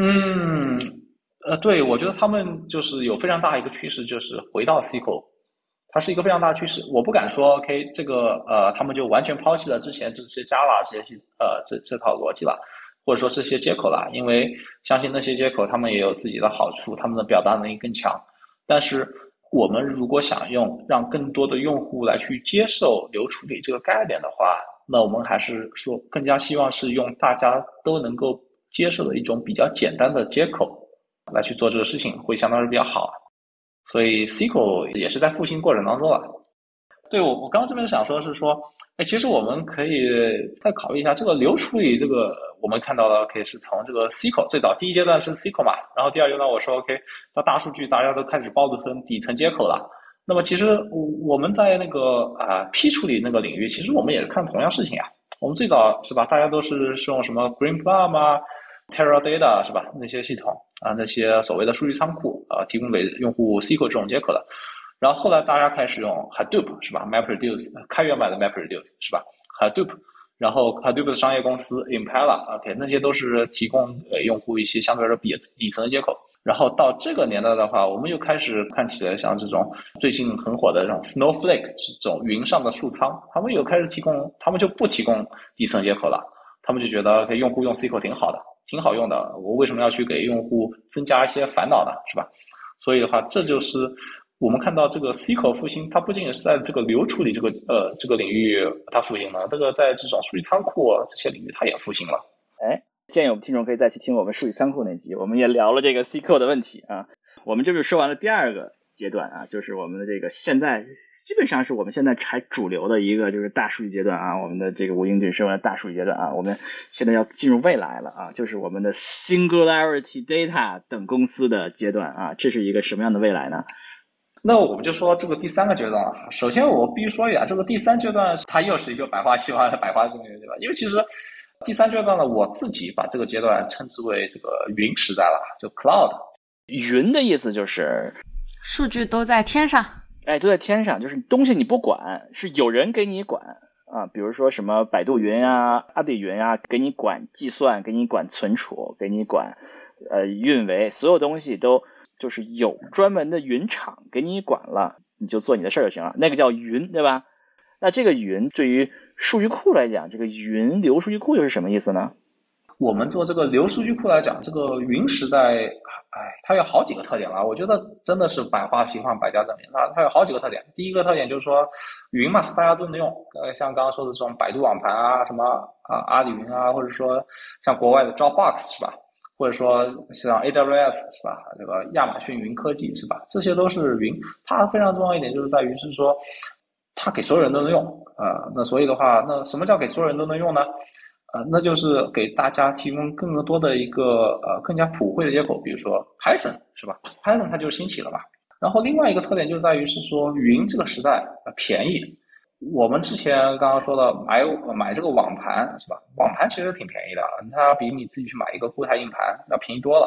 对，我觉得他们就是有非常大一个趋势，就是回到 SQL， 它是一个非常大的趋势。我不敢说 OK 这个他们就完全抛弃了之前这些 Java 这套逻辑了，或者说这些接口了，因为相信那些接口他们也有自己的好处，他们的表达能力更强。但是我们如果想让更多的用户来去接受流处理这个概念的话，那我们还是说更加希望是用大家都能够接受的一种比较简单的接口来去做这个事情，会相当是比较好。所以 SQL 也是在复兴过程当中了。对，我刚刚这边想说是说，其实我们可以再考虑一下这个流处理，这个我们看到了可以是从这个 SQL 最早第一阶段是 SQL 嘛，然后第二阶段我说 OK 到大数据大家都开始包成底层接口了。那么其实我们在那个批处理那个领域，其实我们也是看同样事情啊。我们最早是吧，大家都是用什么 Greenplum 啊 Teradata 是吧，那些系统那些所谓的数据仓库提供给用户 SQL 这种接口的。然后后来大家开始用 Hadoop 是吧 MapReduce 开源版的 MapReduce 是吧 Hadoop， 然后 Hadoop 的商业公司 Impala OK 那些都是提供给用户一些相对来说底层的接口。然后到这个年代的话，我们又开始看起来像这种最近很火的这种 Snowflake 这种云上的数仓，他们又开始提供，他们就不提供底层接口了，他们就觉得用户用 SQL 挺好的，挺好用的，我为什么要去给用户增加一些烦恼呢，是吧？所以的话，这就是我们看到这个 SQL 复兴，它不仅是在这个流处理这个领域它复兴了，这个在这种数据仓库这些领域它也复兴了。 建议我们听众可以再去听我们数据仓库那集，我们也聊了这个 SQL 的问题啊。我们这就说完了第二个阶段啊，就是我们的这个现在基本上是我们现在还主流的一个就是大数据阶段啊，我们的这个无影准生的大数据阶段啊，我们现在要进入未来了啊，就是我们的 Singularity Data 等公司的阶段啊，这是一个什么样的未来呢？ 那我们就说这个第三个阶段啊，首先我必须说一下，这个第三阶段它又是一个百花齐放的百花争鸣阶段，因为其实第三阶段呢，我自己把这个阶段称之为这个云时代了，就 cloud。 云的意思就是数据都在天上， 都在天上，就是东西你不管，是有人给你管啊。比如说什么百度云啊、阿里云啊，给你管计算，给你管存储，给你管运维，所有东西都就是有专门的云厂给你管了，你就做你的事儿就行了，那个叫云，对吧？那这个云对于数据库来讲，这个云流数据库又是什么意思呢？ 我们做这个流数据库来讲，这个云时代，它有好几个特点了。我觉得真的是百花齐放，百家争鸣。它有好几个特点。第一个特点就是说，云嘛，大家都能用。像刚刚说的这种百度网盘啊，什么阿里云啊，或者说像国外的 Dropbox 是吧？或者说像 AWS 是吧？这个亚马逊云科技是吧？这些都是云。它非常重要一点就是在于是说，它给所有人都能用那所以的话，那什么叫给所有人都能用呢？那就是给大家提供更多的一个更加普惠的接口，比如说 Python 是吧 ？Python 它就兴起了嘛。然后另外一个特点就在于是说，云这个时代便宜。我们之前刚刚说的买这个网盘是吧？网盘其实挺便宜的，它比你自己去买一个固态硬盘要便宜多了。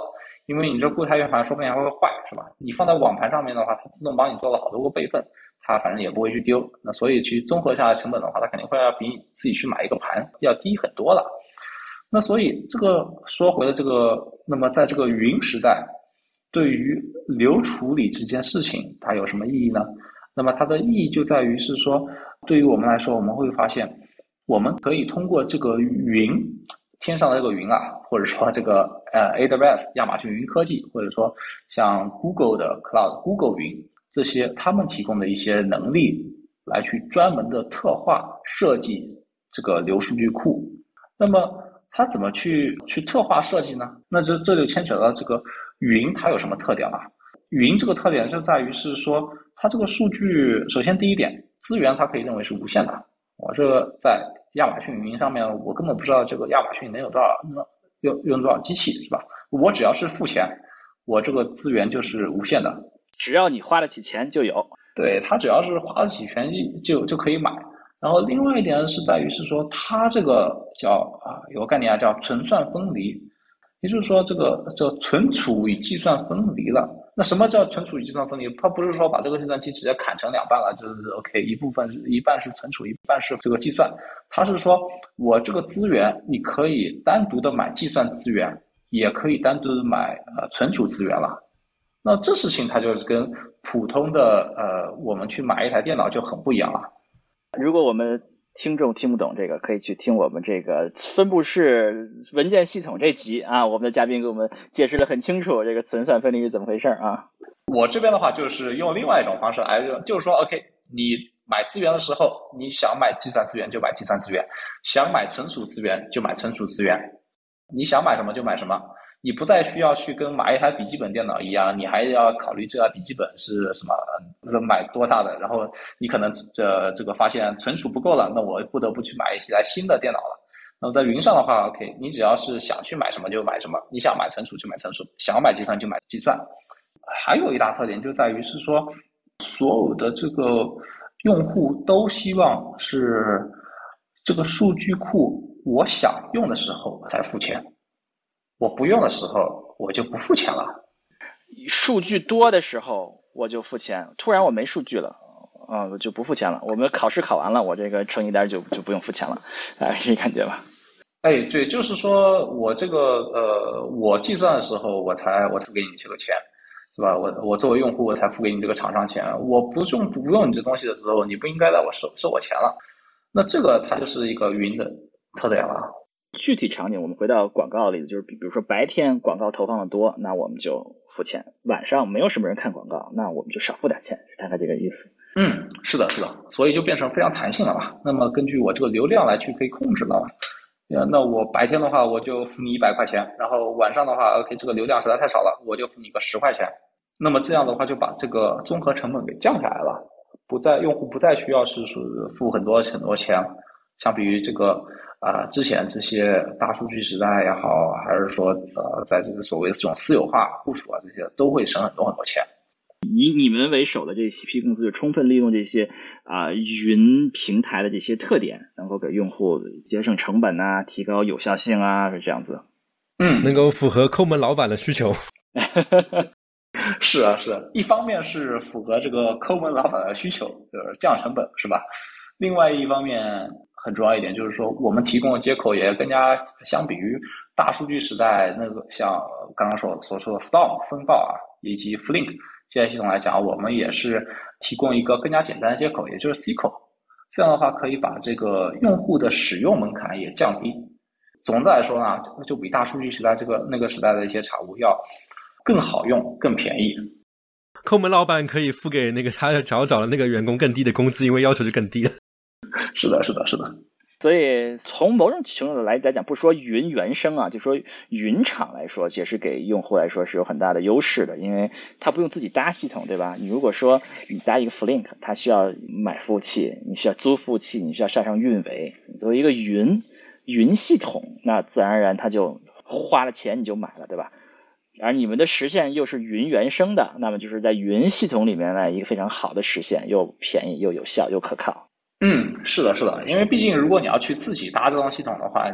因为你这固态圆盘说不定还会坏，是吧？你放在网盘上面的话，它自动帮你做了好多个备份，它反正也不会去丢。那所以去综合下来成本的话，它肯定会要比你自己去买一个盘要低很多了。那所以这个说回了这个，那么在这个云时代，对于流处理这件事情，它有什么意义呢？那么它的意义就在于是说，对于我们来说，我们会发现，我们可以通过这个云，天上的这个云啊，或者说这个AWS 亚马逊云科技，或者说像 Google 的 Cloud 谷歌云这些，他们提供的一些能力，来去专门的特化设计这个流数据库。那么它怎么去特化设计呢？那这就牵扯到这个云它有什么特点了？云这个特点就在于是说，它这个数据，首先第一点，资源它可以认为是无限的。我这个在亚马逊云上面，我根本不知道这个亚马逊能有多少用多少机器，是吧？我只要是付钱，我这个资源就是无限的， 只要你花得起钱就有。 对，它只要是花得起钱就可以买。然后另外一点是在于是说，它这个有个概念叫存算分离，也就是说这存储与计算分离了。那什么叫存储与计算分离？它不是说把这个计算机直接砍成两半了，就是 OK， 一半是存储，一半是这个计算。它是说我这个资源你可以单独的买计算资源，也可以单独的买存储资源了。那这事情它就是跟普通的我们去买一台电脑就很不一样了。 如果我们听众听不懂这个，可以去听我们这个分布式文件系统这集啊，我们的嘉宾给我们解释得很清楚，这个存算分离是怎么回事啊。 我这边的话就是用另外一种方式来，就是说 OK， 你买资源的时候，你想买计算资源就买计算资源，想买存储资源就买存储资源，你想买什么就买什么。你不再需要去跟买一台笔记本电脑一样，你还要考虑这台笔记本是什么，买多大的，然后你可能这个发现存储不够了，那我不得不去买一台新的电脑了。那么在云上的话 ，OK， 你只要是想去买什么就买什么，你想买存储就买存储，想买计算就买计算。还有一大特点就在于是说，所有的这个用户都希望是这个数据库我想用的时候我才付钱。我不用的时候我就不付钱了， 数据多的时候我就付钱，突然我没数据了我就不付钱了。我们考试考完了，我这个成绩单就不用付钱了，这感觉吧。 对，就是说我这个我计算的时候我才给你这个钱，是吧？我作为用户我才付给你这个厂商钱，我不用你这东西的时候，你不应该在我收我钱了。那这个它就是一个云的特点了。 具体场景我们回到广告的例子，就是比如说白天广告投放的多，那我们就付钱，晚上没有什么人看广告，那我们就少付点钱，大概这个意思。 是的，所以就变成非常弹性了嘛。那么根据我这个流量来去可以控制了嘛。那我白天的话我就付你100块钱，然后晚上的话 OK 这个流量实在太少了，我就付你个10块钱。那么这样的话就把这个综合成本给降下来了，用户不再需要是付很多钱，相比于这个之前这些大数据时代也好，还是说在这个所谓的这种私有化部署这些都会省很多钱。 以你们为首的这批公司就充分利用这些云平台的这些特点，能够给用户节省成本提高有效性是这样子。 能够符合抠门老板的需求。 是啊，一方面是符合这个抠门老板的需求，就是降成本，是吧？另外一方面很重要一点就是说，我们提供的接口也更加相比于大数据时代那个像刚刚所说的 Storm 风暴以及 Flink 这些系统来讲，我们也是提供一个更加简单的接口，也就是 C 口。这样的话可以把这个用户的使用门槛也降低。总的来说呢，就比大数据时代那个时代的一些产物要更好用、更便宜。 抠门老板可以付给那个他找的那个员工更低的工资，因为要求就更低了。 是的。 所以从某种程度来讲，不说云原生就说云厂来说，也是给用户来说是有很大的优势的，因为他不用自己搭系统，对吧？你如果说你搭一个 Flink， 它需要买服务器，你需要租服务器，你需要上运维。作为一个云系统，那自然而然它就花了钱你就买了，对吧？而你们的实现又是云原生的，那么就是在云系统里面一个非常好的实现，又便宜又有效又可靠。 是的，因为毕竟如果你要去自己搭这种系统的话，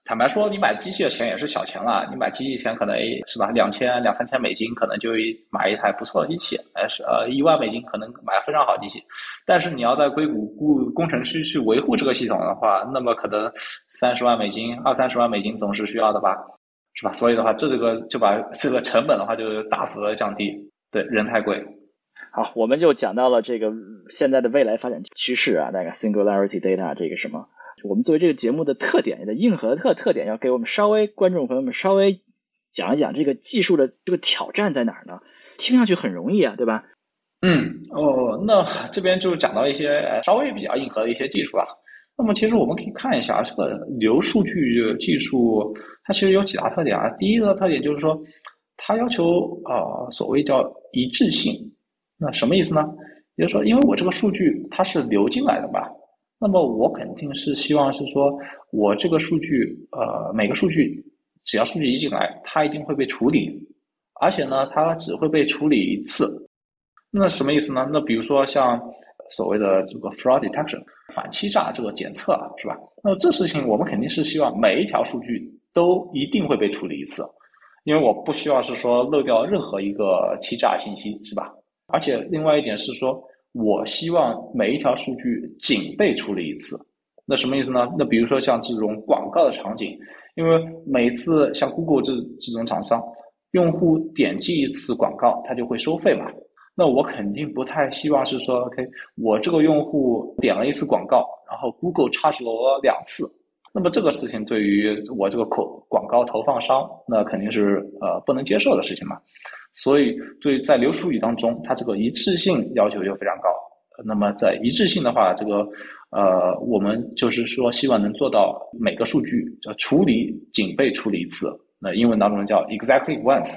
坦白说，你买机器的钱也是小钱了，你买机器钱可能是吧，$2000-3000可能就买一台不错的机器，$10,000可能买非常好机器。但是你要在硅谷雇工程师去维护这个系统的话，那么可能$30万、$20-30万总是需要的吧，是吧？所以的话，就把这个成本的话就大幅的降低，对，人太贵。 好，我们就讲到了这个现在的未来发展趋势啊，那个 Singularity Data 这个什么。我们作为这个节目的特点的硬核特点，要给我们观众朋友们稍微讲一讲这个技术的这个挑战在哪儿呢？听上去很容易啊，对吧？ 那这边就讲到一些稍微比较硬核的一些技术了。那么其实我们可以看一下这个流数据技术，它其实有几大特点啊。第一个特点就是说，它要求所谓叫一致性。那什么意思呢？也就是说，因为我这个数据它是流进来的吧。那么我肯定是希望是说，我这个数据，每个数据只要数据一进来，它一定会被处理，而且呢，它只会被处理一次。那什么意思呢？那比如说像所谓的这个 fraud detection 反欺诈这个检测，是吧？那这事情我们肯定是希望每一条数据都一定会被处理一次，因为我不希望是说漏掉任何一个欺诈信息，是吧？而且另外一点是说，我希望每一条数据仅被处理一次。那什么意思呢？那比如说像这种广告的场景，因为每次像 Google 这种厂商，用户点击一次广告，它就会收费嘛。那我肯定不太希望是说 ，OK， 我这个用户点了一次广告，然后 Google charge 了我2次。那么这个事情对于我这个广告投放商，那肯定是不能接受的事情嘛。所以在流数据当中，它这个一致性要求就非常高。那么在一致性的话，这个我们就是说希望能做到每个数据处理仅被处理一次。那英文当中叫 exactly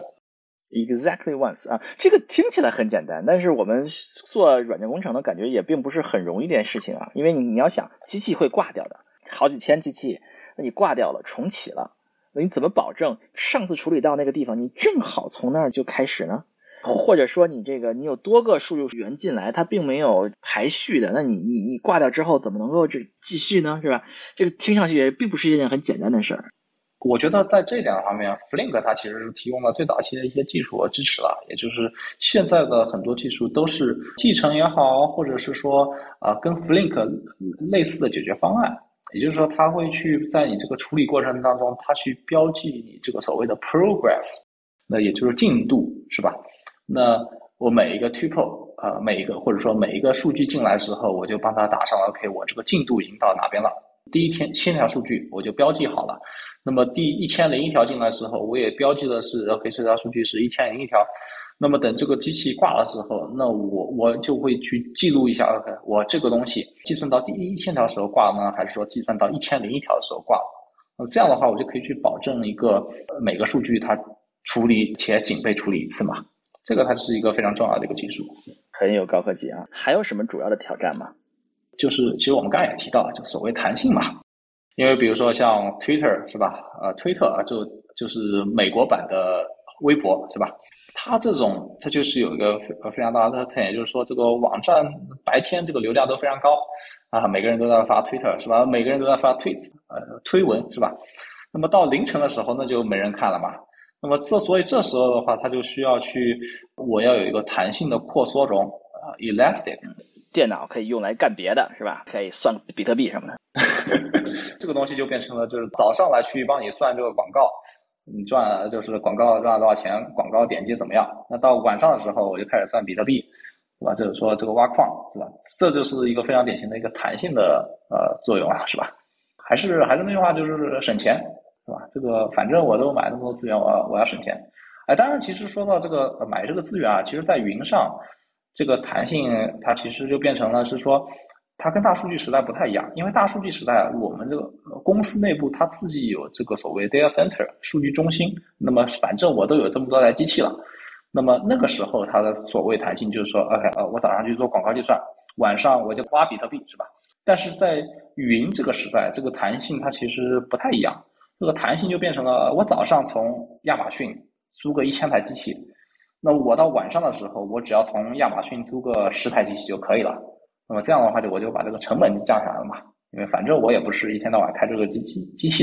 once。Exactly once 啊，这个听起来很简单，但是我们做软件工程的感觉也并不是很容易一件事情啊，因为你要想机器会挂掉的，好几千机器，那你挂掉了重启了，那你怎么保证上次处理到那个地方你正好从那儿就开始呢？或者说你你有多个数据源进来，它并没有排序的，那你挂掉之后怎么能够继续呢？是吧？这个听上去也并不是一件很简单的事儿。 我觉得在这一点方面 Flink 它其实是提供了最早期的一些技术和支持了，也就是现在的很多技术都是继承也好，或者是说跟 Flink 类似的解决方案。也就是说，它会去在你这个处理过程当中，它去标记你这个所谓的 progress， 那也就是进度，是吧？那我每一个 tuple 每一个或者说每一个数据进来之后，我就帮它打上了 OK， 我这个进度已经到哪边了。第一天1000条数据我就标记好了，那么第1001条进来之后，我也标记的是 OK， 这条数据是1001条。那么等这个机器挂了之后，那我就会去记录一下 OK， 我这个东西计算到第1000条的时候挂了呢，还是说计算到1001条的时候挂了？那这样的话，我就可以去保证一个每个数据它处理且仅被处理一次嘛。这个它是一个非常重要的一个技术， 很有高科技啊。还有什么主要的挑战吗？ 就是其实我们刚才也提到，就所谓弹性嘛。因为比如说像 Twitter 是吧？Twitter 就是美国版的微博是吧？它就是有一个非常大的特点，就是说这个网站白天这个流量都非常高啊，每个人都在发 Twitter 是吧？每个人都在发推文是吧？那么到凌晨的时候，那就没人看了嘛。那么所以这时候的话，它就需要我要有一个弹性的扩缩容elastic。 电脑可以用来干别的是吧？可以算比特币什么的。 这个东西就变成了就是早上来去帮你算这个广告，你就是广告赚了多少钱，广告点击怎么样。那到晚上的时候我就开始算比特币，是吧？就是说这个挖矿是吧？这就是一个非常典型的一个弹性的作用啊，是吧？还是那句话，就是省钱是吧？这个反正我都买那么多资源，我要省钱。当然其实说到这个买这个资源啊，其实在云上这个弹性它其实就变成了是说它跟大数据时代不太一样，因为大数据时代我们这个公司内部它自己有这个所谓 data center 数据中心，那么反正我都有这么多台机器了，那么那个时候它的所谓弹性就是说 OK， 我早上去做广告计算，晚上我就挖比特币是吧？但是在云这个时代，这个弹性它其实不太一样，这个弹性就变成了我早上从亚马逊租个1000台机器，那我到晚上的时候，我只要从亚马逊租个10台机器就可以了。那么这样的话，我就把这个成本降下来了嘛。因为反正我也不是一天到晚开这个机器的，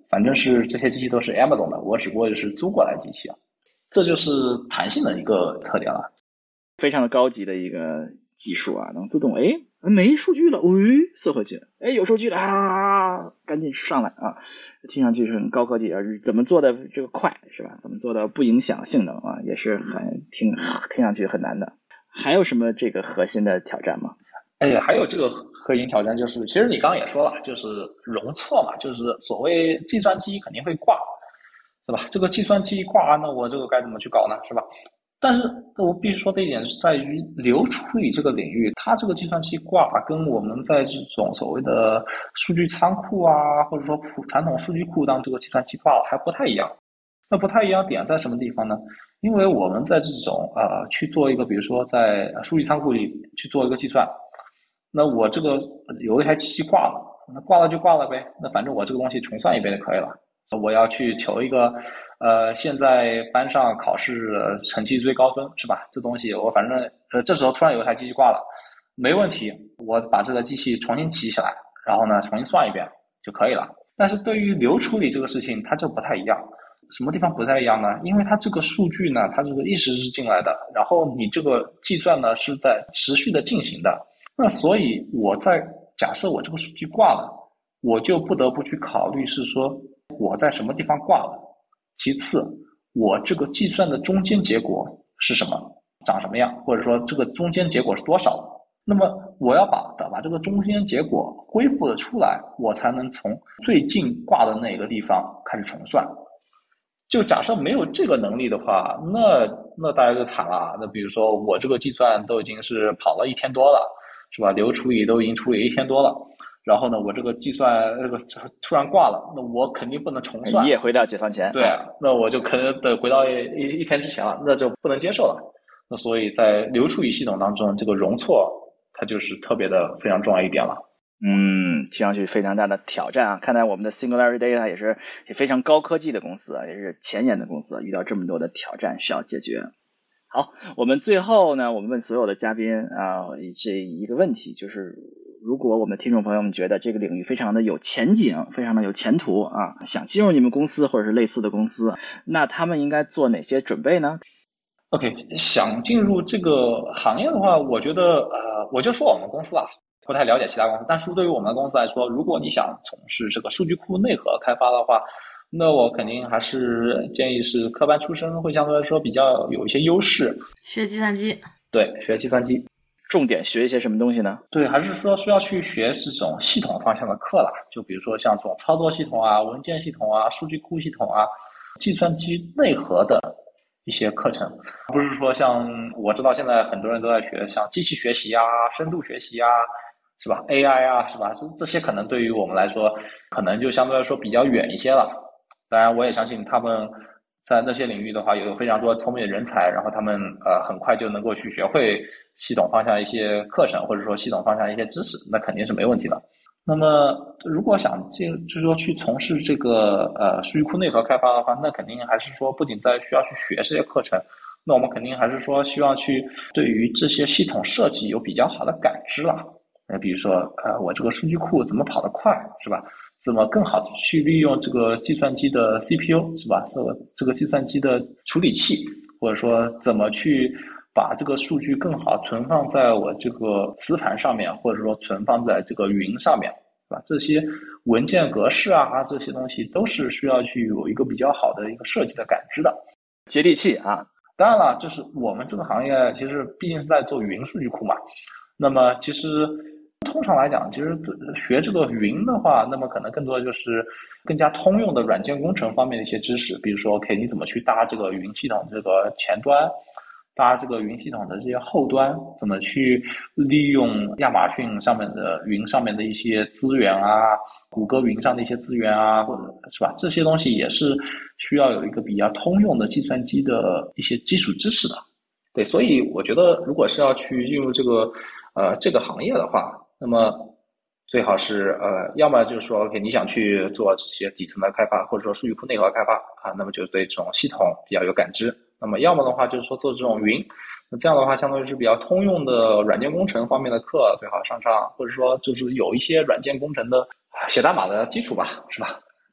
反正是这些机器都是 Amazon 的，我只不过就是租过来机器啊，这就是弹性的一个特点了。 非常的高级的一个技术啊，能自动没数据了，缩回去，有数据了啊，赶紧上来啊，听上去是很高科技，而怎么做的这个快是吧？怎么做的不影响性能啊，也是听上去很难的。还有什么这个核心的挑战吗？ 还有这个核心挑战就是，其实你刚刚也说了，就是容错嘛，就是所谓计算机肯定会挂，是吧？这个计算机挂，那我这个该怎么去搞呢，是吧？但是我必须说的一点是在于流处理这个领域，它这个计算机挂跟我们在这种所谓的数据仓库啊，或者说传统数据库当这个计算机挂还不太一样。那不太一样点在什么地方呢？因为我们在这种去做一个，比如说在数据仓库里去做一个计算，那我这个有一台机器挂了，那挂了就挂了呗，那反正我这个东西重算一遍就可以了。我要去求一个现在班上考试成绩最高分是吧？这东西我反正这时候突然有一台机器挂了，没问题，我把这个机器重新起起来，然后呢重新算一遍就可以了。但是对于流处理这个事情，它就不太一样。什么地方不太一样呢？因为它这个数据呢，它这个一时是进来的，然后你这个计算呢是在持续的进行的。那所以我在假设我这个数据挂了，我就不得不去考虑是说我在什么地方挂了，其次我这个计算的中间结果是什么，长什么样，或者说这个中间结果是多少。那么我要把这个中间结果恢复了出来，我才能从最近挂的那个地方开始重算。就假设没有这个能力的话，那大家就惨了。那比如说我这个计算都已经是跑了1天多了，是吧？流处理都已经处理1天多了，然后呢，我这个计算突然挂了，那我肯定不能重算， 你也回到解放前。 对，那我就可能得回到一天之前了，那就不能接受了。那所以在流处理系统当中，这个容错它就是特别的非常重要一点了。 听上去非常大的挑战啊！看来我们的 Singularity Data 也非常高科技的公司啊，也是前沿的公司，遇到这么多的挑战需要解决。好，我们最后呢，我们问所有的嘉宾啊，这一个问题，就是如果我们的听众朋友们觉得这个领域非常的有前景，非常的有前途啊，想进入你们公司或者是类似的公司，那他们应该做哪些准备呢？ OK， 想进入这个行业的话，我觉得我就说我们公司啊，不太了解其他公司，但是对于我们的公司来说，如果你想从事这个数据库内核开发的话，那我肯定还是建议是科班出身会相对来说比较有一些优势。 学计算机。 对，学计算机。 重点学一些什么东西呢？ 对，还是说需要去学这种系统方向的课啦，就比如说像这种操作系统啊、文件系统啊、数据库系统啊、计算机内核的一些课程，不是说像我知道现在很多人都在学像机器学习啊、深度学习啊，是吧 ？AI 啊，是吧？这些可能对于我们来说，可能就相对来说比较远一些了。当然，我也相信他们在那些领域的话，有非常多聪明的人才，然后他们很快就能够去学会系统方向一些课程，或者说系统方向一些知识，那肯定是没问题的。那么，如果想就是说去从事这个数据库内核开发的话，那肯定还是说不仅在需要去学这些课程，那我们肯定还是说希望去对于这些系统设计有比较好的感知啦。比如说我这个数据库怎么跑得快，是吧？怎么更好去利用这个计算机的 CPU， 是吧？这个计算机的处理器，或者说怎么去把这个数据更好存放在我这个磁盘上面，或者说存放在这个云上面，是吧？这些文件格式啊，这些东西都是需要去有一个比较好的一个设计的感知的。 接地气啊！ 当然了，就是我们这个行业其实毕竟是在做云数据库嘛，那么其实通常来讲，其实学这个云的话，那么可能更多的就是更加通用的软件工程方面的一些知识，比如说你怎么去搭这个云系统这个前端，搭这个云系统的这些后端，怎么去利用亚马逊上面的云上面的一些资源啊，谷歌云上的一些资源啊，或者是吧，这些东西也是需要有一个比较通用的计算机的一些基础知识的。对，所以我觉得如果是要去进入这个行业的话，那么最好是要么就是说 OK 你想去做这些底层的开发，或者说数据库内核开发啊，那么就对这种系统比较有感知。那么要么的话就是说做这种云，那这样的话相当于是比较通用的软件工程方面的课最好上，或者说就是有一些软件工程的写代码的基础吧，是吧？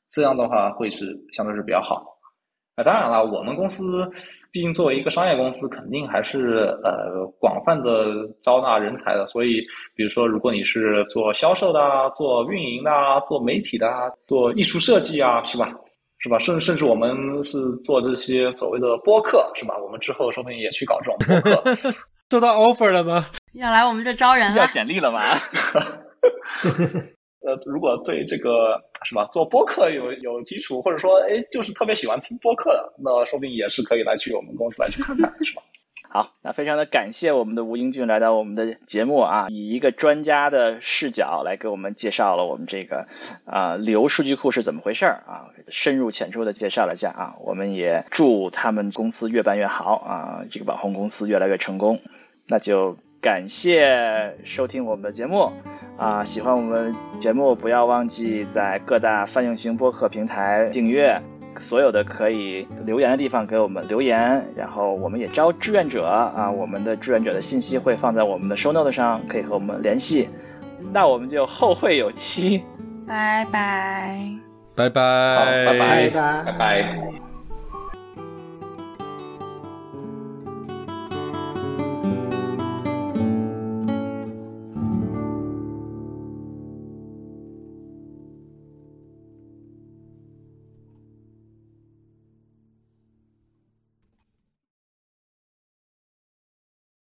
这样的话会是相对是比较好。当然了，我们公司毕竟作为一个商业公司，肯定还是广泛的招纳人才的。所以，比如说，如果你是做销售的啊，做运营的啊，做媒体的啊，做艺术设计啊，是吧？甚至我们是做这些所谓的播客，是吧？我们之后说不定也去搞这种播客。 收到 offer 了吗？ 要来我们这招人了？ 要简历了吗？ 如果对这个是吧做播客有基础，或者说就是特别喜欢听播客的，那说不定也是可以来去我们公司来去看看，是吧？ 好，那非常的感谢我们的吴英俊来到我们的节目啊，以一个专家的视角来给我们介绍了我们这个流数据库是怎么回事啊，深入浅出的介绍了一下啊。我们也祝他们公司越办越好啊，这个网红公司越来越成功。那就感谢收听我们的节目啊，喜欢我们节目不要忘记在各大泛用型播客平台订阅。所有的可以留言的地方给我们留言，然后我们也招志愿者啊，我们的志愿者的信息会放在我们的 show note 上，可以和我们联系。那我们就后会有期， 拜拜， 拜拜， 好，拜拜， 拜拜， 拜拜。